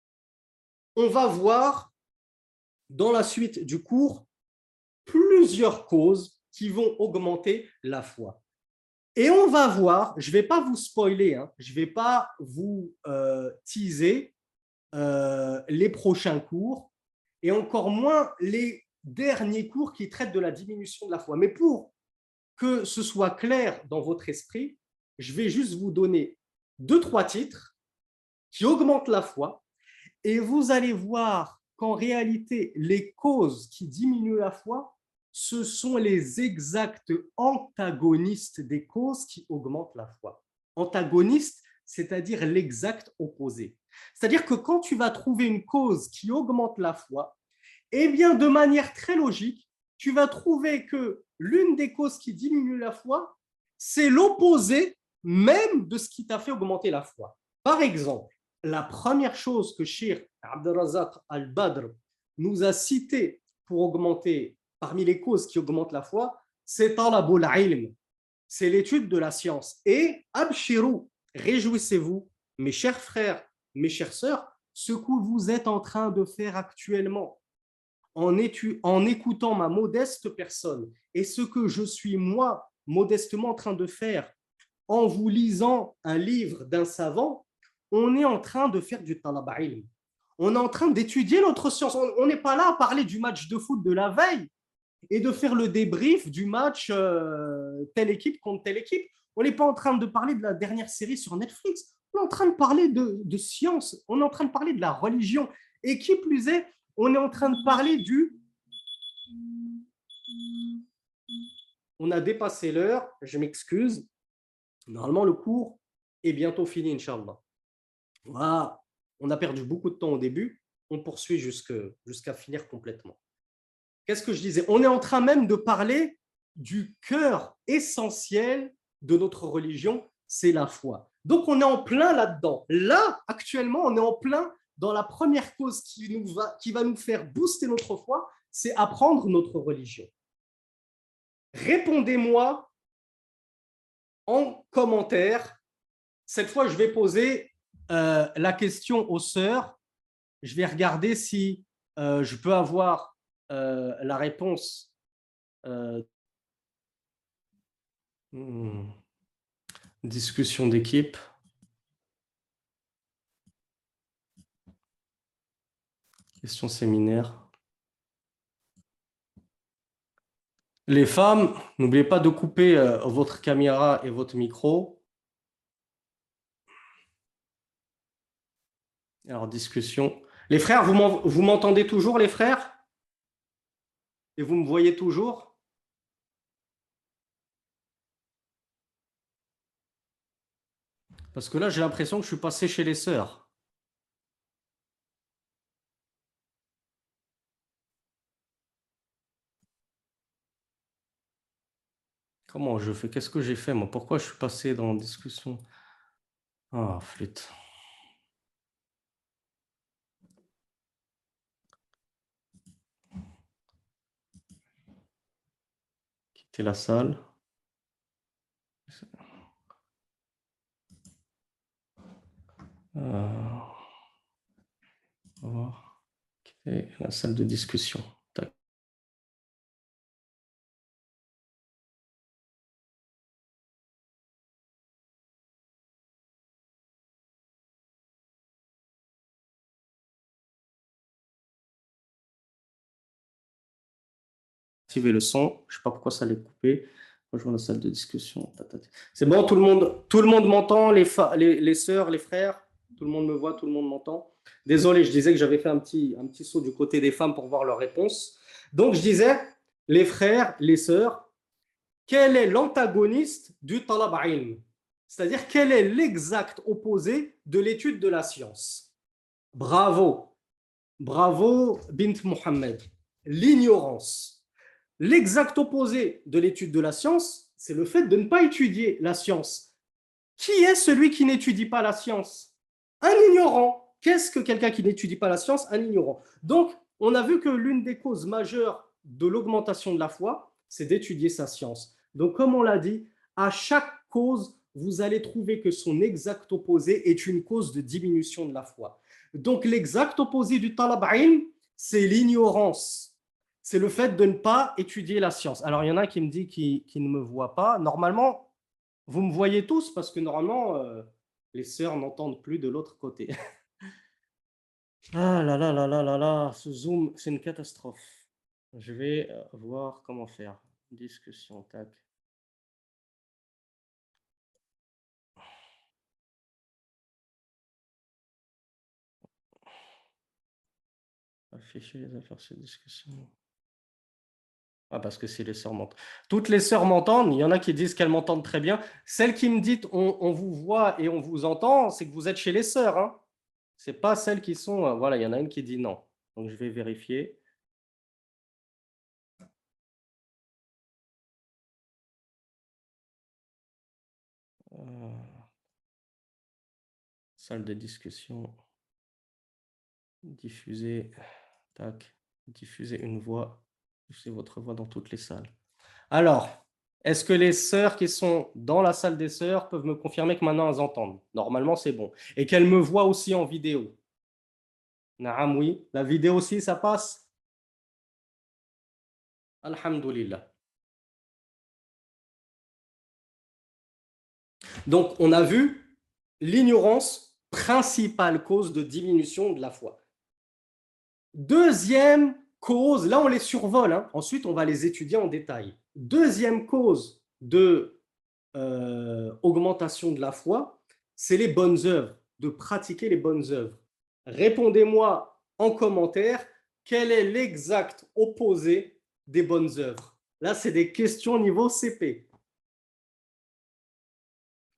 on va voir dans la suite du cours plusieurs causes qui vont augmenter la foi. Et on va voir, je ne vais pas vous spoiler, hein, je ne vais pas vous euh, teaser euh, les prochains cours et encore moins les derniers cours qui traitent de la diminution de la foi. Mais pour que ce soit clair dans votre esprit, je vais juste vous donner deux, trois titres qui augmentent la foi et vous allez voir qu'en réalité, les causes qui diminuent la foi, ce sont les exacts antagonistes des causes qui augmentent la foi. Antagoniste, c'est-à-dire l'exact opposé. C'est-à-dire que quand tu vas trouver une cause qui augmente la foi, eh bien, de manière très logique, tu vas trouver que l'une des causes qui diminue la foi, c'est l'opposé même de ce qui t'a fait augmenter la foi. Par exemple, la première chose que Cheikh Abdelrazak Al-Badr nous a citée pour augmenter, parmi les causes qui augmentent la foi, c'est talabul ilm, c'est l'étude de la science. Et abshirou, réjouissez-vous, mes chers frères, mes chères sœurs, ce que vous êtes en train de faire actuellement, en, étu- en écoutant ma modeste personne et ce que je suis moi modestement en train de faire en vous lisant un livre d'un savant, on est en train de faire du talab ilm. On est en train d'étudier notre science. On n'est pas là à parler du match de foot de la veille et de faire le débrief du match euh, telle équipe contre telle équipe. On n'est pas en train de parler de la dernière série sur Netflix. On est en train de parler de, de science. On est en train de parler de la religion. Et qui plus est, on est en train de parler du... On a dépassé l'heure, je m'excuse. Normalement, le cours est bientôt fini, Inch'Allah. Voilà, on a perdu beaucoup de temps au début, on poursuit jusque, jusqu'à finir complètement. Qu'est-ce que je disais? On est en train même de parler du cœur essentiel de notre religion, c'est la foi. Donc, on est en plein là-dedans. Là, actuellement, on est en plein dans la première cause qui, nous va, qui va nous faire booster notre foi, c'est apprendre notre religion. Répondez-moi en commentaire. Cette fois, je vais poser euh, la question aux sœurs. Je vais regarder si euh, je peux avoir euh, la réponse. Euh, hmm, discussion d'équipe. Question séminaire. Les femmes, n'oubliez pas de couper euh, votre caméra et votre micro. Alors, discussion. Les frères, vous m'entendez toujours, les frères? Et vous me voyez toujours? Parce que là, j'ai l'impression que je suis passé chez les sœurs. Comment je fais? Qu'est-ce que j'ai fait, moi? Pourquoi je suis passé dans la discussion? Ah, flûte. Quitter la salle. Euh, on va voir. Quitter la salle de discussion. Tac. Activer le son. Je ne sais pas pourquoi ça l'est coupé. Rejoindre la salle de discussion. C'est bon, tout le monde, tout le monde m'entend, les, les, les sœurs, les frères, tout le monde me voit, tout le monde m'entend. Désolé, je disais que j'avais fait un petit, un petit saut du côté des femmes pour voir leurs réponses. Donc, je disais, les frères, les sœurs, quel est l'antagoniste du talab ilm? C'est-à-dire, quel est l'exact opposé de l'étude de la science? Bravo, bravo, Bint Mohammed. L'ignorance. L'exact opposé de l'étude de la science, c'est le fait de ne pas étudier la science. Qui est celui qui n'étudie pas la science? Un ignorant. Qu'est-ce que quelqu'un qui n'étudie pas la science? Un ignorant. Donc, on a vu que l'une des causes majeures de l'augmentation de la foi, c'est d'étudier sa science. Donc, comme on l'a dit, à chaque cause, vous allez trouver que son exact opposé est une cause de diminution de la foi. Donc, l'exact opposé du talab ilm, c'est l'ignorance. C'est le fait de ne pas étudier la science. Alors, il y en a qui me disent qu'ils qui ne me voient pas. Normalement, vous me voyez tous parce que normalement, euh, les sœurs n'entendent plus de l'autre côté. Ah là là là là là là, ce Zoom, c'est une catastrophe. Je vais voir comment faire. Discussion, tac. Afficher les affaires sur discussion. Ah, parce que si les sœurs m'entendent. Toutes les sœurs m'entendent, il y en a qui disent qu'elles m'entendent très bien. Celles qui me disent on, on vous voit et on vous entend, c'est que vous êtes chez les sœurs. Hein. Ce n'est pas celles qui sont. Euh, voilà, il y en a une qui dit non. Donc je vais vérifier. Euh, salle de discussion. Diffuser. Tac. Diffuser une voix. Diffuser votre voix dans toutes les salles. Alors, est-ce que les sœurs qui sont dans la salle des sœurs peuvent me confirmer que maintenant elles entendent? Normalement, c'est bon. Et qu'elles me voient aussi en vidéo? Naam, oui. La vidéo aussi, ça passe? Alhamdulillah. Donc, on a vu l'ignorance, principale cause de diminution de la foi. Deuxième cause, là on les survole, hein. Ensuite on va les étudier en détail. Deuxième cause de euh, augmentation de la foi, c'est les bonnes œuvres, de pratiquer les bonnes œuvres. Répondez-moi en commentaire, quel est l'exact opposé des bonnes œuvres? Là, c'est des questions niveau C P.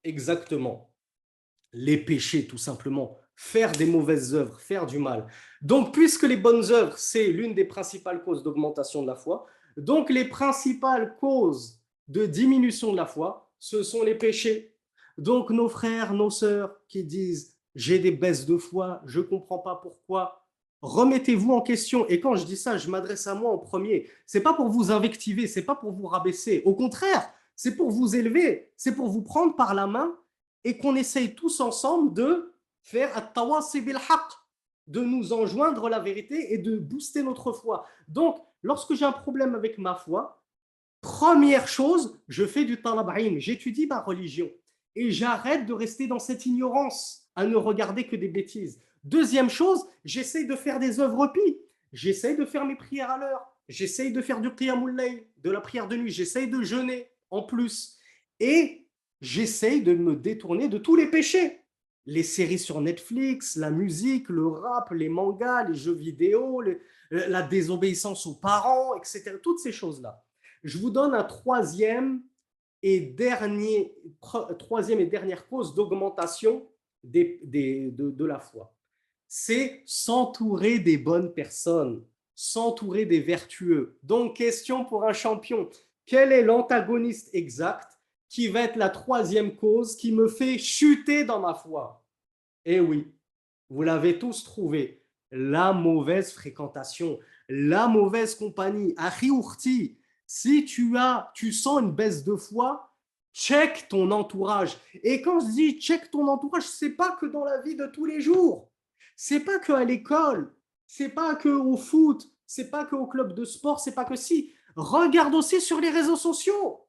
Exactement. Les péchés, tout simplement. Faire des mauvaises œuvres, faire du mal. Donc, puisque les bonnes œuvres, c'est l'une des principales causes d'augmentation de la foi, donc les principales causes de diminution de la foi, ce sont les péchés. Donc, nos frères, nos sœurs qui disent « j'ai des baisses de foi, je ne comprends pas pourquoi », remettez-vous en question. Et quand je dis ça, je m'adresse à moi en premier. Ce n'est pas pour vous invectiver, ce n'est pas pour vous rabaisser. Au contraire, c'est pour vous élever, c'est pour vous prendre par la main et qu'on essaye tous ensemble de faire at-tawasi bil-haqq, de nous enjoindre la vérité et de booster notre foi. Donc, lorsque j'ai un problème avec ma foi, première chose, je fais du talab ilm, j'étudie ma religion et j'arrête de rester dans cette ignorance, à ne regarder que des bêtises. Deuxième chose, j'essaye de faire des œuvres pies, j'essaye de faire mes prières à l'heure, j'essaye de faire du qiyamul layl, de la prière de nuit, j'essaye de jeûner en plus et j'essaye de me détourner de tous les péchés. Les séries sur Netflix, la musique, le rap, les mangas, les jeux vidéo, les, la désobéissance aux parents, et cetera. Toutes ces choses-là. Je vous donne un troisième et, dernier, troisième et dernière cause d'augmentation des, des, de, de la foi. C'est s'entourer des bonnes personnes, s'entourer des vertueux. Donc, question pour un champion. Quel est l'antagoniste exact qui va être la troisième cause qui me fait chuter dans ma foi? Eh oui, vous l'avez tous trouvé. La mauvaise fréquentation, la mauvaise compagnie. Akhi ourti, si tu as, tu sens une baisse de foi, check ton entourage. Et quand je dis check ton entourage, c'est pas que dans la vie de tous les jours. C'est pas que à l'école, c'est pas que au foot, c'est pas que au club de sport, c'est pas que si. Regarde aussi sur les réseaux sociaux.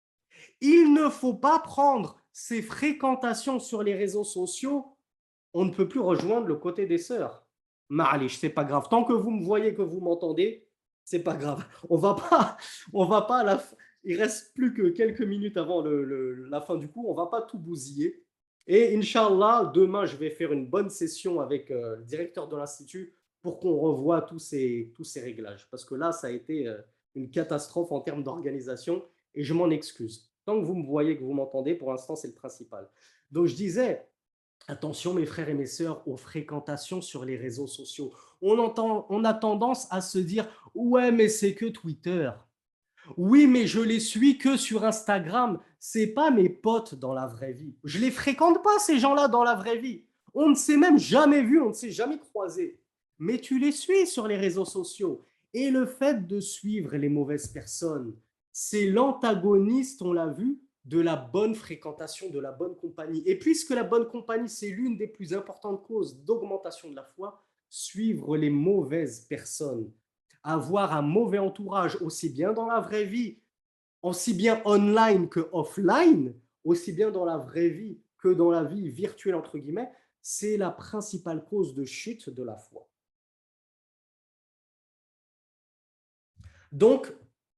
Il ne faut pas prendre ces fréquentations sur les réseaux sociaux. On ne peut plus rejoindre le côté des sœurs. Ma'alish, c'est pas grave. Tant que vous me voyez, que vous m'entendez, c'est pas grave. On va pas, on va pas à la fin. Il reste plus que quelques minutes avant le, le, la fin du cours. On va pas tout bousiller. Et Inch'Allah, demain, je vais faire une bonne session avec euh, le directeur de l'Institut pour qu'on revoie tous ces, tous ces réglages. Parce que là, ça a été euh, une catastrophe en termes d'organisation et je m'en excuse. Tant que vous me voyez, que vous m'entendez, pour l'instant, c'est le principal. Donc, je disais, attention mes frères et mes sœurs aux fréquentations sur les réseaux sociaux. On, entend, on a tendance à se dire « Ouais, mais c'est que Twitter. Oui, mais je les suis que sur Instagram. C'est pas mes potes dans la vraie vie. Je les fréquente pas, ces gens-là, dans la vraie vie. On ne s'est même jamais vu, on ne s'est jamais croisé. Mais tu les suis sur les réseaux sociaux. Et le fait de suivre les mauvaises personnes, c'est l'antagoniste, on l'a vu, de la bonne fréquentation, de la bonne compagnie. Et puisque la bonne compagnie, c'est l'une des plus importantes causes d'augmentation de la foi, suivre les mauvaises personnes, avoir un mauvais entourage, aussi bien dans la vraie vie, aussi bien online que offline, aussi bien dans la vraie vie que dans la vie virtuelle, entre guillemets, c'est la principale cause de chute de la foi. Donc,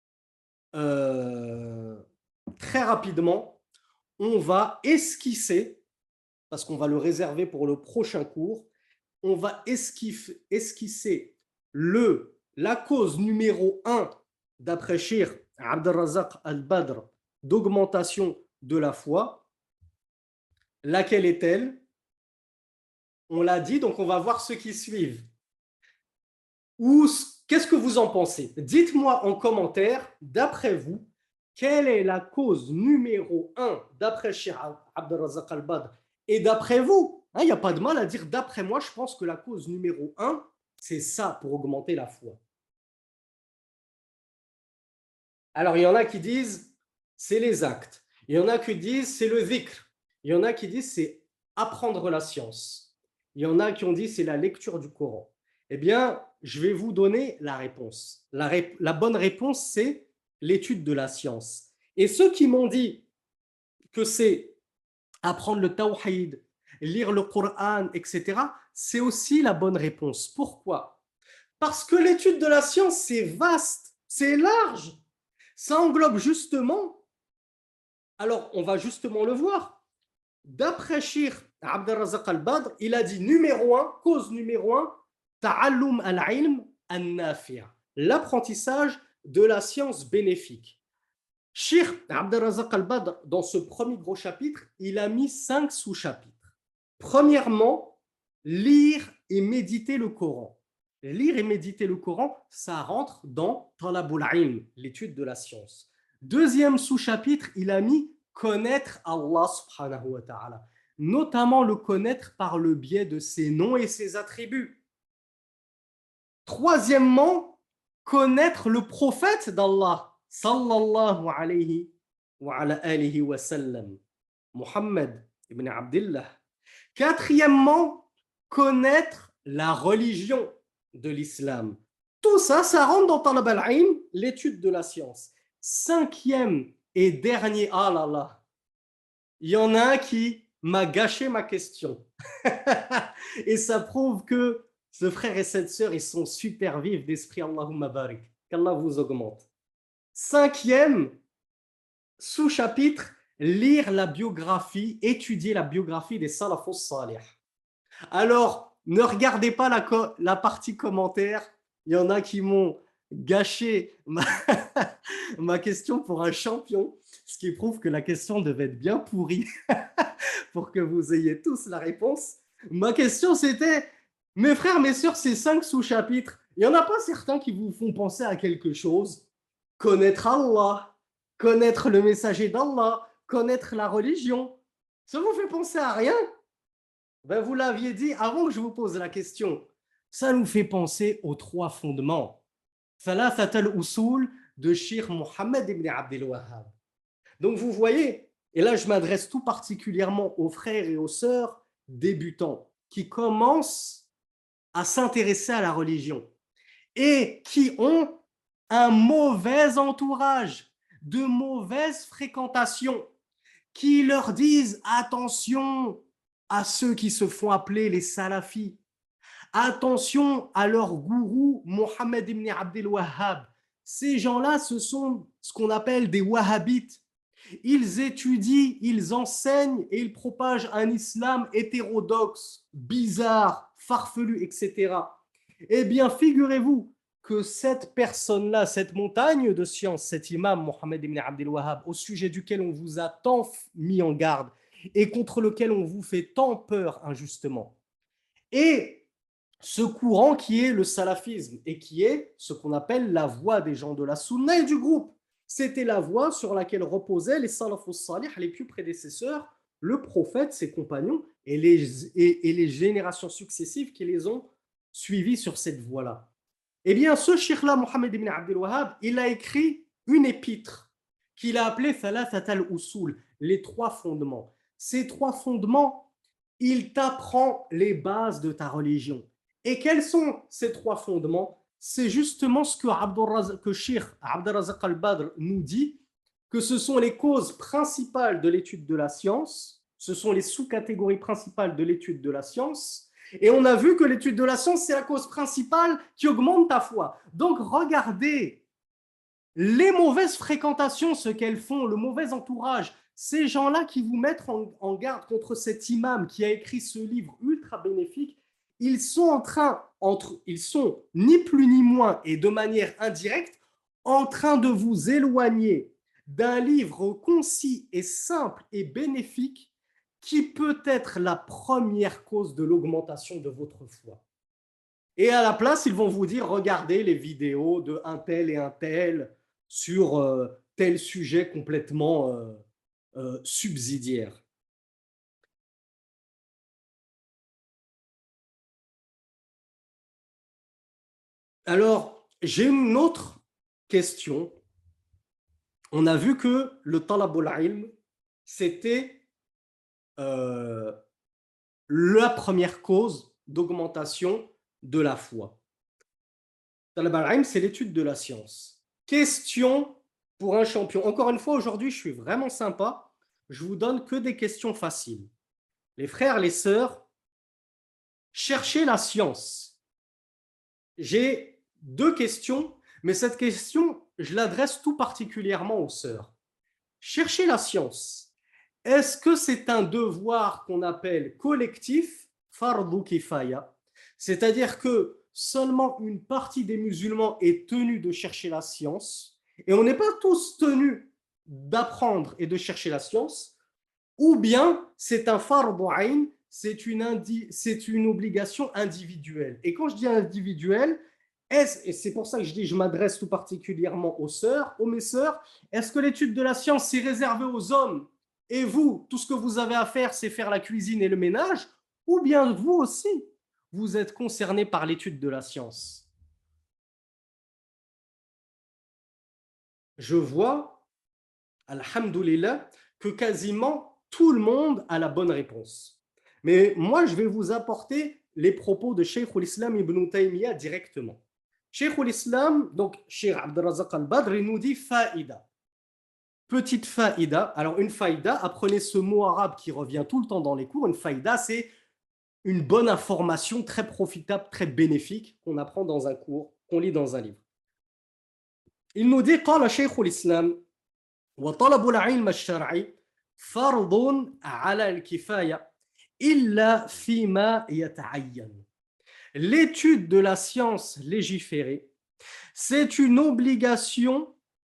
euh, très rapidement, on va esquisser, parce qu'on va le réserver pour le prochain cours, on va esquisser le, la cause numéro un, d'après Cheikh Abdelrazak Al-Badr, d'augmentation de la foi. Laquelle est-elle? On l'a dit, donc on va voir ceux qui suivent. Ou qu'est-ce que vous en pensez? Dites-moi en commentaire, d'après vous, quelle est la cause numéro un d'après Cheikh Abdelrazak Al-Badr? Et d'après vous, il hein, n'y a pas de mal à dire d'après moi, je pense que la cause numéro un, c'est ça pour augmenter la foi. Alors, il y en a qui disent c'est les actes. Il y en a qui disent c'est le dhikr. Il y en a qui disent c'est apprendre la science. Il y en a qui ont dit c'est la lecture du Coran. Eh bien, je vais vous donner la réponse. La, rép la bonne réponse, c'est l'étude de la science. Et ceux qui m'ont dit que c'est apprendre le tawhid, lire le Coran, et cetera, c'est aussi la bonne réponse. Pourquoi? Parce que l'étude de la science, c'est vaste, c'est large. Ça englobe justement, alors on va justement le voir, d'après Cheikh Abdelrazak Al-Badr, il a dit numéro un, cause numéro un, ta'allum al-ilm an-nafi', l'apprentissage de la science bénéfique. Cheikh Abdelrazak Al-Badr, dans ce premier gros chapitre, il a mis cinq sous-chapitres. Premièrement, lire et méditer le Coran. Lire et méditer le Coran, ça rentre dans Talabul Ilm, l'étude de la science. Deuxième sous-chapitre, il a mis connaître Allah subhanahu wa ta'ala, notamment le connaître par le biais de ses noms et ses attributs. Troisièmement, connaître le prophète d'Allah, sallallahu alayhi wa ala alihi wa sallam, Muhammad ibn Abdullah. Quatrièmement, connaître la religion de l'islam. Tout ça, ça rentre dans Talab al-Ilm, l'étude de la science. Cinquième et dernier, ah là là, il y en a un qui m'a gâché ma question. Et ça prouve que ce frère et cette sœur, ils sont super vifs d'esprit. Allahumma barik. Qu'Allah vous augmente. Cinquième sous-chapitre, lire la biographie, étudier la biographie des salafos salih. Alors, ne regardez pas la, la partie commentaire. Il y en a qui m'ont gâché ma, ma question pour un champion, ce qui prouve que la question devait être bien pourrie pour que vous ayez tous la réponse. Ma question, c'était, mes frères, mes sœurs, ces cinq sous-chapitres, il n'y en a pas certains qui vous font penser à quelque chose? Connaître Allah, connaître le messager d'Allah, connaître la religion, ça vous fait penser à rien? Ben, vous l'aviez dit avant que je vous pose la question. Ça nous fait penser aux trois fondements. Thalathat al-usul de Cheikh Mohammed ibn Abdel Wahhab. Donc vous voyez, et là je m'adresse tout particulièrement aux frères et aux sœurs débutants qui commencent à s'intéresser à la religion et qui ont un mauvais entourage, de mauvaises fréquentations, qui leur disent attention à ceux qui se font appeler les salafis, attention à leur gourou Mohammed ibn Abdel Wahhab. Ces gens-là, ce sont ce qu'on appelle des wahhabites. Ils étudient, ils enseignent et ils propagent un islam hétérodoxe, bizarre, farfelu, et cetera. Eh bien, figurez-vous que cette personne-là, cette montagne de science, cet imam Mohammed ibn Abdel Wahhab, au sujet duquel on vous a tant mis en garde et contre lequel on vous fait tant peur injustement, et ce courant qui est le salafisme et qui est ce qu'on appelle la voie des gens de la sunna et du groupe. C'était la voie sur laquelle reposaient les salafus salih, les pieux prédécesseurs, le prophète, ses compagnons et les, et, et les générations successives qui les ont suivis sur cette voie-là. Eh bien, ce cheikh-là, Mohammed ibn Abdel Wahhab, il a écrit une épître qu'il a appelée Thalathat al-Usul, les trois fondements. Ces trois fondements, il t'apprend les bases de ta religion. Et quels sont ces trois fondements? C'est justement ce que, Abdelrazak, que Cheikh Abdelrazak Al-Badr nous dit, que ce sont les causes principales de l'étude de la science, ce sont les sous-catégories principales de l'étude de la science, et on a vu que l'étude de la science, c'est la cause principale qui augmente ta foi. Donc regardez les mauvaises fréquentations, ce qu'elles font, le mauvais entourage, ces gens-là qui vous mettent en, en garde contre cet imam qui a écrit ce livre ultra bénéfique, ils sont en train, entre, ils sont ni plus ni moins et de manière indirecte, en train de vous éloigner d'un livre concis et simple et bénéfique qui peut être la première cause de l'augmentation de votre foi. Et à la place, ils vont vous dire, regardez les vidéos de un tel et un tel sur euh, tel sujet complètement euh, euh, subsidiaire. Alors, j'ai une autre question. On a vu que le talabul ilm, c'était euh, la première cause d'augmentation de la foi. Talabul ilm, c'est l'étude de la science. Question pour un champion. Encore une fois, aujourd'hui, je suis vraiment sympa. Je vous donne que des questions faciles. Les frères, les sœurs, cherchez la science. J'ai deux questions, mais cette question, je l'adresse tout particulièrement aux sœurs. Cherchez la science. Est-ce que c'est un devoir qu'on appelle collectif, fardhu kifaya, c'est-à-dire que seulement une partie des musulmans est tenue de chercher la science, et on n'est pas tous tenus d'apprendre et de chercher la science, ou bien c'est un fardu ayn, c'est une, indi- c'est une obligation individuelle. Et quand je dis individuelle, est-ce, et c'est pour ça que je dis je m'adresse tout particulièrement aux sœurs, aux mes sœurs, est-ce que l'étude de la science c'est réservé aux hommes et vous, tout ce que vous avez à faire c'est faire la cuisine et le ménage, ou bien vous aussi, vous êtes concerné par l'étude de la science? Je vois, alhamdoulilah, que quasiment tout le monde a la bonne réponse. Mais moi, je vais vous apporter les propos de Cheikh al-Islam ibn Taymiyyah directement. Cheikh al-Islam, donc Cheikh Abdelrazak al-Badr, nous dit faïda. Petite faïda. Alors, une faïda, apprenez ce mot arabe qui revient tout le temps dans les cours. Une faïda, c'est une bonne information très profitable, très bénéfique qu'on apprend dans un cours, qu'on lit dans un livre. Il nous dit, قال شيخ الإسلام وطلب العلم الشرعي فرض على الكفاية إلا فيما يتعين. L'étude de la science légiférée, c'est une obligation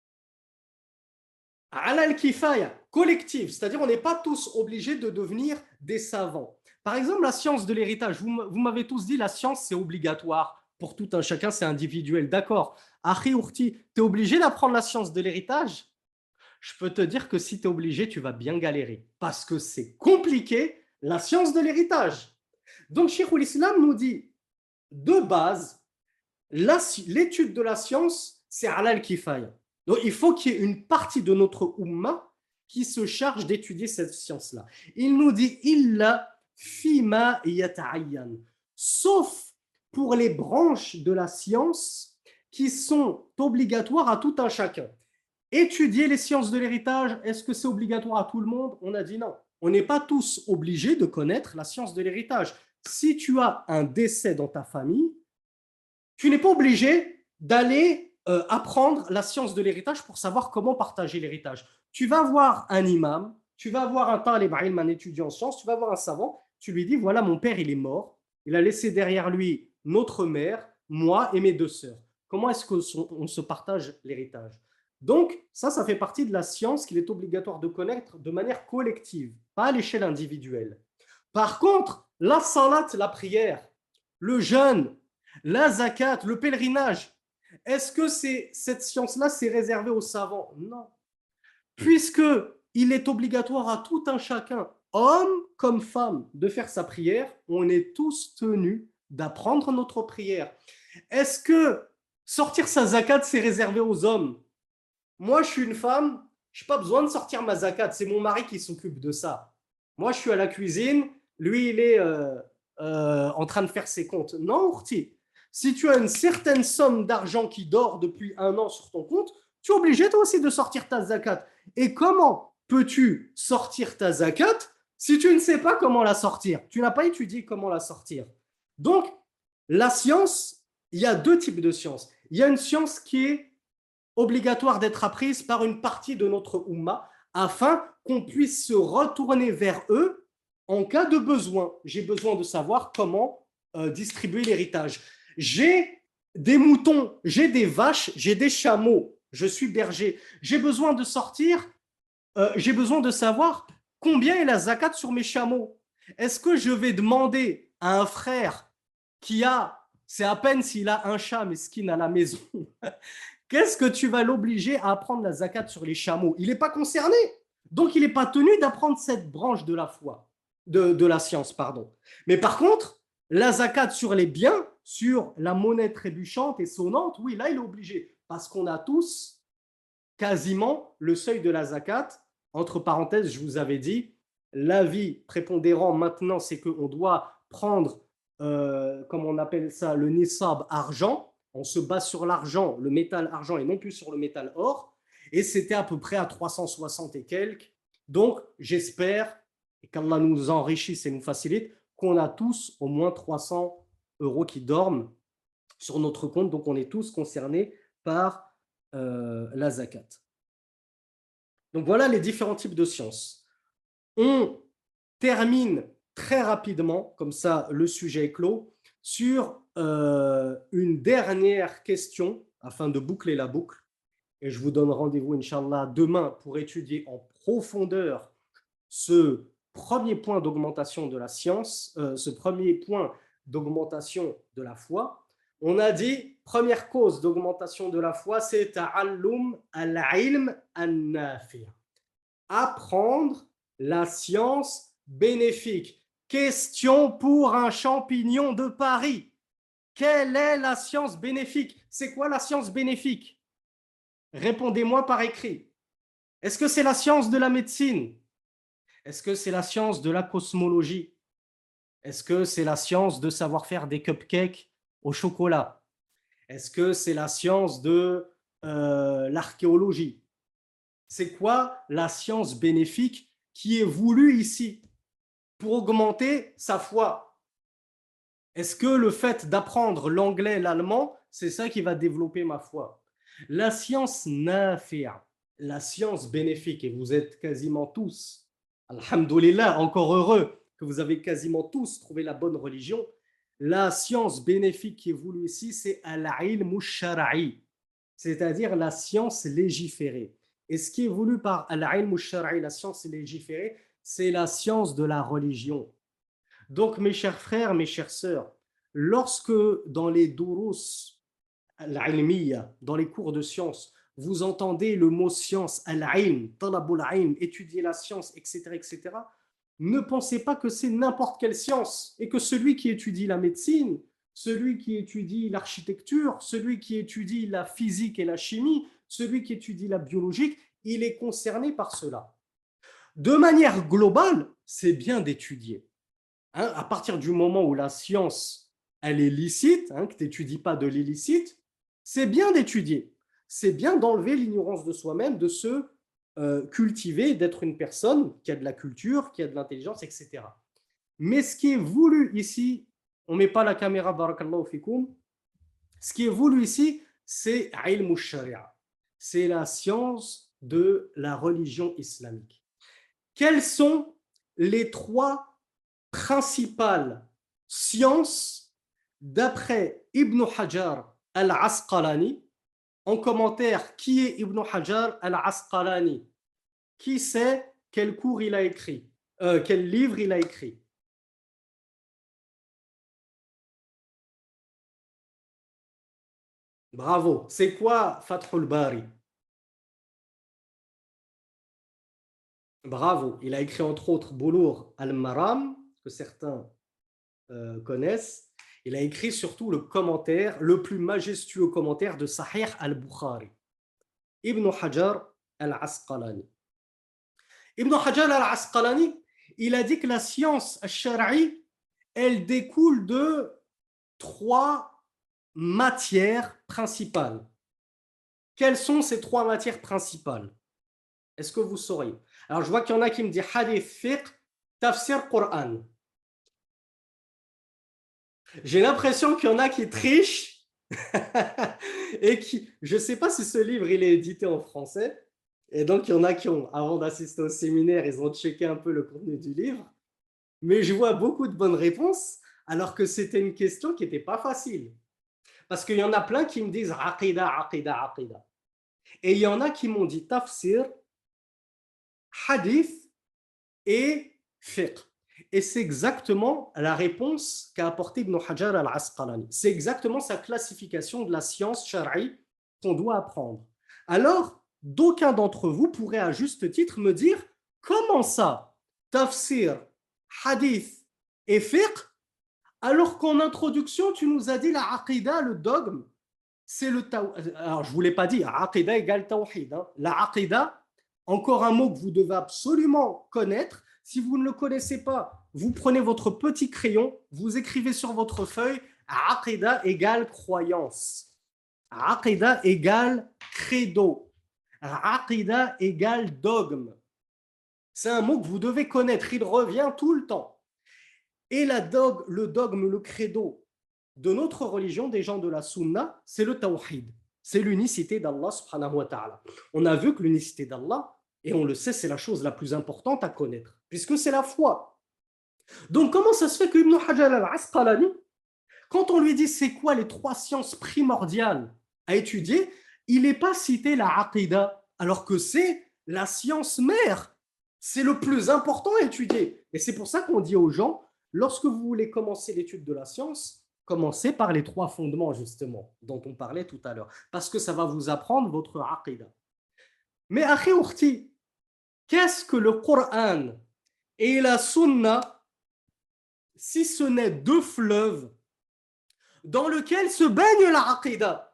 ala al-kifaya, collective, c'est-à-dire on n'est pas tous obligés de devenir des savants. Par exemple, la science de l'héritage, vous vous m'avez tous dit la science c'est obligatoire pour tout un chacun, c'est individuel, d'accord. Akhi Ourti, tu es obligé d'apprendre la science de l'héritage? Je peux te dire que si tu es obligé, tu vas bien galérer parce que c'est compliqué, la science de l'héritage. Donc, Cheikh l'Islam nous dit, de base, l'étude de la science, c'est halal kifaya. Donc, il faut qu'il y ait une partie de notre umma qui se charge d'étudier cette science-là. Il nous dit, illa fima yata'ayyan, sauf pour les branches de la science qui sont obligatoires à tout un chacun. Étudier les sciences de l'héritage, est-ce que c'est obligatoire à tout le monde? On a dit non. On n'est pas tous obligés de connaître la science de l'héritage. Si tu as un décès dans ta famille, tu n'es pas obligé d'aller euh, apprendre la science de l'héritage pour savoir comment partager l'héritage. Tu vas voir un imam, tu vas voir un talib ilm, un étudiant en sciences, tu vas voir un savant, tu lui dis, voilà, mon père, il est mort, il a laissé derrière lui notre mère, moi et mes deux sœurs. Comment est-ce qu'on se partage l'héritage? Donc, ça, ça fait partie de la science qu'il est obligatoire de connaître de manière collective, pas à l'échelle individuelle. Par contre, la salat, la prière, le jeûne, la zakat, le pèlerinage, est-ce que c'est, cette science-là, c'est réservé aux savants? Non. Puisqu'il est obligatoire à tout un chacun, homme comme femme, de faire sa prière, on est tous tenus d'apprendre notre prière. Est-ce que sortir sa zakat, c'est réservé aux hommes? Moi, je suis une femme, je n'ai pas besoin de sortir ma zakat, c'est mon mari qui s'occupe de ça. Moi, je suis à la cuisine, lui, il est euh, euh, en train de faire ses comptes. Non, Ourti, si tu as une certaine somme d'argent qui dort depuis un an sur ton compte, tu es obligé toi aussi de sortir ta zakat. Et comment peux-tu sortir ta zakat si tu ne sais pas comment la sortir? Tu n'as pas étudié comment la sortir. Donc, la science, il y a deux types de sciences. Il y a une science qui est obligatoire d'être apprise par une partie de notre Ummah afin qu'on puisse se retourner vers eux en cas de besoin. J'ai besoin de savoir comment euh, distribuer l'héritage. J'ai des moutons, j'ai des vaches, j'ai des chameaux, je suis berger. J'ai besoin de sortir, euh, j'ai besoin de savoir combien est la zakat sur mes chameaux. Est-ce que je vais demander à un frère qui a, c'est à peine s'il a un chat, mais ce qu'il a à la maison, qu'est-ce que tu vas l'obliger à apprendre la zakat sur les chameaux? Il n'est pas concerné. Donc, il n'est pas tenu d'apprendre cette branche de la foi, de, de la science, pardon. Mais par contre, la zakat sur les biens, sur la monnaie trébuchante et sonnante, oui, là, il est obligé. Parce qu'on a tous quasiment le seuil de la zakat. Entre parenthèses, je vous avais dit, l'avis prépondérant maintenant, c'est qu'on doit prendre, euh, comme on appelle ça, le nisab argent. On se base sur l'argent, le métal argent et non plus sur le métal or. Et c'était à peu près à trois cent soixante et quelques. Donc, j'espère, et qu'Allah nous enrichisse et nous facilite, qu'on a tous au moins trois cents euros qui dorment sur notre compte. Donc, on est tous concernés par euh, la zakat. Donc, voilà les différents types de sciences. On termine très rapidement, comme ça le sujet est clos, sur euh, une dernière question, afin de boucler la boucle. Et je vous donne rendez-vous, Inch'Allah, demain pour étudier en profondeur ce premier point d'augmentation de la science, euh, ce premier point d'augmentation de la foi. On a dit, première cause d'augmentation de la foi, c'est ta'allum al-ilm an-nafi'. Apprendre la science bénéfique. Question pour un champignon de Paris. Quelle est la science bénéfique? C'est quoi la science bénéfique? Répondez-moi par écrit. Est-ce que c'est la science de la médecine? Est-ce que c'est la science de la cosmologie? Est-ce que c'est la science de savoir faire des cupcakes au chocolat? Est-ce que c'est la science de euh, l'archéologie? C'est quoi la science bénéfique qui est voulue ici pour augmenter sa foi? Est-ce que le fait d'apprendre l'anglais, l'allemand, c'est ça qui va développer ma foi? La science nafi'a, la science bénéfique, et vous êtes quasiment tous, alhamdoulilah, encore heureux que vous avez quasiment tous trouvé la bonne religion. La science bénéfique qui est voulue ici, c'est al-ilm shara'i, c'est-à-dire la science légiférée. Et ce qui est voulu par al-ilm shara'i, la science légiférée, c'est la science de la religion. Donc, mes chers frères, mes chères sœurs, lorsque dans les durus al-ilmiya, dans les cours de science, vous entendez le mot science, al-ilm, talabul ilm, étudier la science, et cetera, et cetera, ne pensez pas que c'est n'importe quelle science et que celui qui étudie la médecine, celui qui étudie l'architecture, celui qui étudie la physique et la chimie, celui qui étudie la biologie, il est concerné par cela. De manière globale, c'est bien d'étudier. Hein, à partir du moment où la science, elle est licite, hein, que tu n'étudies pas de l'illicite, c'est bien d'étudier. C'est bien d'enlever l'ignorance de soi-même, de se euh, cultiver, d'être une personne qui a de la culture, qui a de l'intelligence, et cetera. Mais ce qui est voulu ici, on ne met pas la caméra, barakallahu fikoum, ce qui est voulu ici, c'est ilm al-sharia. C'est la science de la religion islamique. Quelles sont les trois principales sciences d'après Ibn Hajar al-Asqalani? En commentaire, qui est Ibn Hajar al-Asqalani? Qui sait quel cours il a écrit, euh, quel livre il a écrit? Bravo. C'est quoi Fathul Bari? Bravo. Il a écrit entre autres Boulour al-Maram, que certains euh, connaissent. Il a écrit surtout le commentaire, le plus majestueux commentaire de Sahih al-Bukhari. Ibn Hajar al-Asqalani. Ibn Hajar al-Asqalani, il a dit que la science al-Shara'i, elle découle de trois matières principales. Quelles sont ces trois matières principales? Est-ce que vous sauriez? Alors, je vois qu'il y en a qui me disent hadith, fiqh, tafsir, Qur'an. J'ai l'impression qu'il y en a qui trichent et qui, je ne sais pas si ce livre il est édité en français, et donc il y en a qui ont, avant d'assister au séminaire, ils ont checké un peu le contenu du livre, mais je vois beaucoup de bonnes réponses, alors que c'était une question qui n'était pas facile. Parce qu'il y en a plein qui me disent aqida, aqida, aqida. Et il y en a qui m'ont dit tafsir, hadith et fiqh. Et c'est exactement la réponse qu'a apportée Ibn Hajar al-Asqalani. C'est exactement sa classification de la science shara'i qu'on doit apprendre. Alors, d'aucuns d'entre vous pourraient à juste titre me dire comment ça, tafsir, hadith et fiqh, alors qu'en introduction, tu nous as dit la aqida, le dogme, c'est le tawhid. Alors, je ne vous l'ai pas dit, aqida égale tawhid. Hein. La aqida, encore un mot que vous devez absolument connaître. Si vous ne le connaissez pas, vous prenez votre petit crayon, vous écrivez sur votre feuille aqida égale croyance. Aqida égale credo. Aqida égale dogme. C'est un mot que vous devez connaître, il revient tout le temps. Et la dog, le dogme, le credo de notre religion, des gens de la sunna, c'est le tawhid. C'est l'unicité d'Allah subhanahu wa ta'ala. On a vu que l'unicité d'Allah, et on le sait, c'est la chose la plus importante à connaître, puisque c'est la foi. Donc, comment ça se fait que Ibn Hajar al-Asqalani, quand on lui dit c'est quoi les trois sciences primordiales à étudier, il n'est pas cité la aqidah, alors que c'est la science mère. C'est le plus important à étudier. Et c'est pour ça qu'on dit aux gens, lorsque vous voulez commencer l'étude de la science, commencez par les trois fondements, justement, dont on parlait tout à l'heure, parce que ça va vous apprendre votre aqidah. Mais, akhi ukhti, qu'est-ce que le Coran et la Sunna, si ce n'est deux fleuves dans lesquels se baigne la aqidah?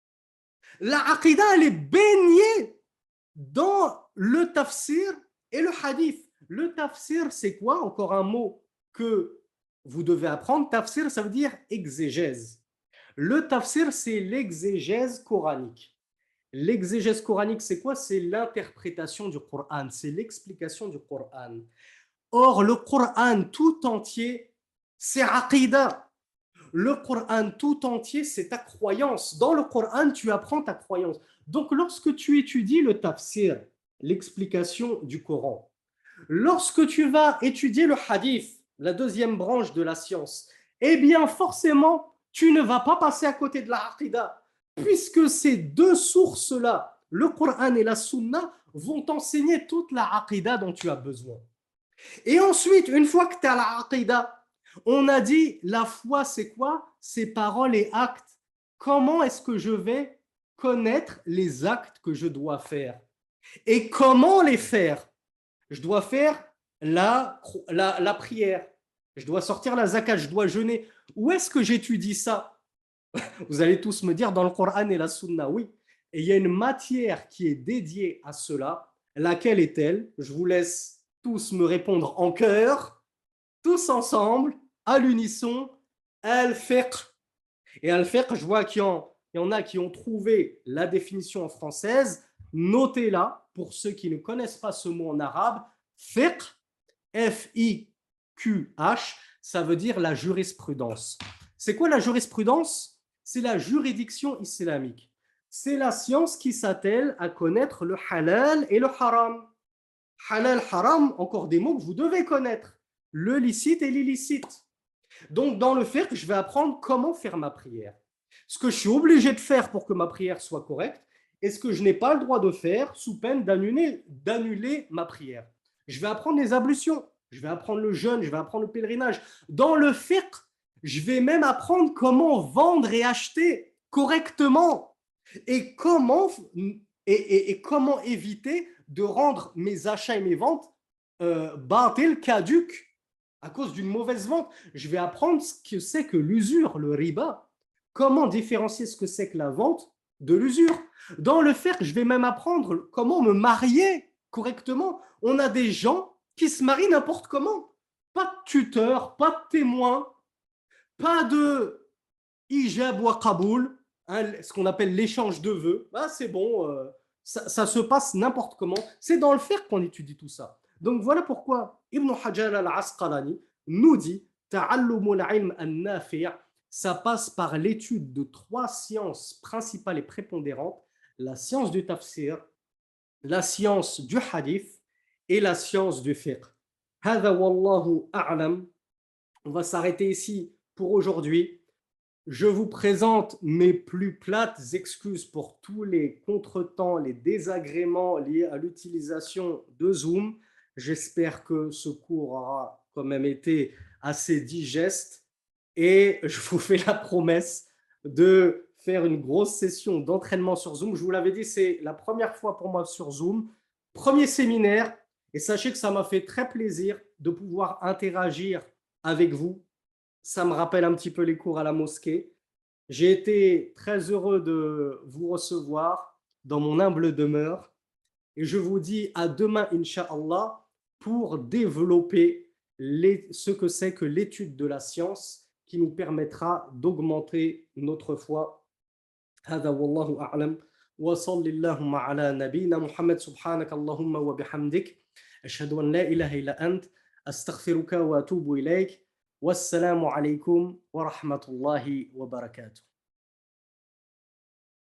La aqidah, elle est baignée dans le tafsir et le hadith. Le tafsir, c'est quoi? Encore un mot que vous devez apprendre. Tafsir, ça veut dire exégèse. Le tafsir, c'est l'exégèse coranique. L'exégèse coranique, c'est quoi? C'est l'interprétation du Coran, c'est l'explication du Coran. Or, le Coran tout entier, c'est aqidah. Le Coran tout entier, c'est ta croyance. Dans le Coran, tu apprends ta croyance. Donc, lorsque tu étudies le tafsir, l'explication du Coran, lorsque tu vas étudier le hadith, la deuxième branche de la science, eh bien, forcément, tu ne vas pas passer à côté de la aqidah, puisque ces deux sources-là, le Coran et la Sunna, vont t'enseigner toute la aqidah dont tu as besoin. Et ensuite, une fois que tu as la aqidah, on a dit, la foi, c'est quoi? C'est paroles et actes. Comment est-ce que je vais connaître les actes que je dois faire? Et comment les faire? Je dois faire la, la, la prière. Je dois sortir la zakat, je dois jeûner. Où est-ce que j'étudie ça? Vous allez tous me dire dans le Coran et la Sunna, oui. Et il y a une matière qui est dédiée à cela. Laquelle est-elle? Je vous laisse tous me répondre en chœur, tous ensemble, à l'unisson, al-fiqh. Et al-fiqh, je vois qu'il y, en, il y en a qui ont trouvé la définition en française. Notez-la pour ceux qui ne connaissent pas ce mot en arabe. Fiqh, F I Q H, ça veut dire la jurisprudence. C'est quoi la jurisprudence? C'est la juridiction islamique. C'est la science qui s'attelle à connaître le halal et le haram. Halal, haram, encore des mots que vous devez connaître. Le licite et l'illicite. Donc, dans le fiqh, je vais apprendre comment faire ma prière. Ce que je suis obligé de faire pour que ma prière soit correcte et ce que je n'ai pas le droit de faire sous peine d'annuler, d'annuler ma prière. Je vais apprendre les ablutions, je vais apprendre le jeûne, je vais apprendre le pèlerinage. Dans le fiqh, je vais même apprendre comment vendre et acheter correctement et comment, et, et, et comment éviter de rendre mes achats et mes ventes euh, batil, caduques à cause d'une mauvaise vente. Je vais apprendre ce que c'est que l'usure, le riba. Comment différencier ce que c'est que la vente de l'usure. Dans le fiqh, je vais même apprendre comment me marier correctement. On a des gens qui se marient n'importe comment. Pas de tuteur, pas de témoin, pas de ijab wa qaboul, hein, ce qu'on appelle l'échange de vœux. Ah, c'est bon, euh, ça, ça se passe n'importe comment. C'est dans le fiqh qu'on étudie tout ça. Donc voilà pourquoi Ibn Hajar al-Asqalani nous dit ta'allumul ilm an-nafi', ça passe par l'étude de trois sciences principales et prépondérantes, la science du tafsir, la science du hadith et la science du fiqh. Hadha wallahu a'lam. On va s'arrêter ici pour aujourd'hui. Je vous présente mes plus plates excuses pour tous les contretemps, les désagréments liés à l'utilisation de Zoom. J'espère que ce cours aura quand même été assez digeste et je vous fais la promesse de faire une grosse session d'entraînement sur Zoom. Je vous l'avais dit, c'est la première fois pour moi sur Zoom, premier séminaire, et sachez que ça m'a fait très plaisir de pouvoir interagir avec vous. Ça me rappelle un petit peu les cours à la mosquée. J'ai été très heureux de vous recevoir dans mon humble demeure et je vous dis à demain, Inch'Allah, pour développer les, ce que c'est que l'étude de la science qui nous permettra d'augmenter notre foi. هذا والله أعلم وصل اللهم على نبينا محمد سبحانك اللهم وبحمدك أشهد أن لا إله إلا أنت أستغفرك وأتوب إليك والسلام عليكم ورحمة الله وبركاته.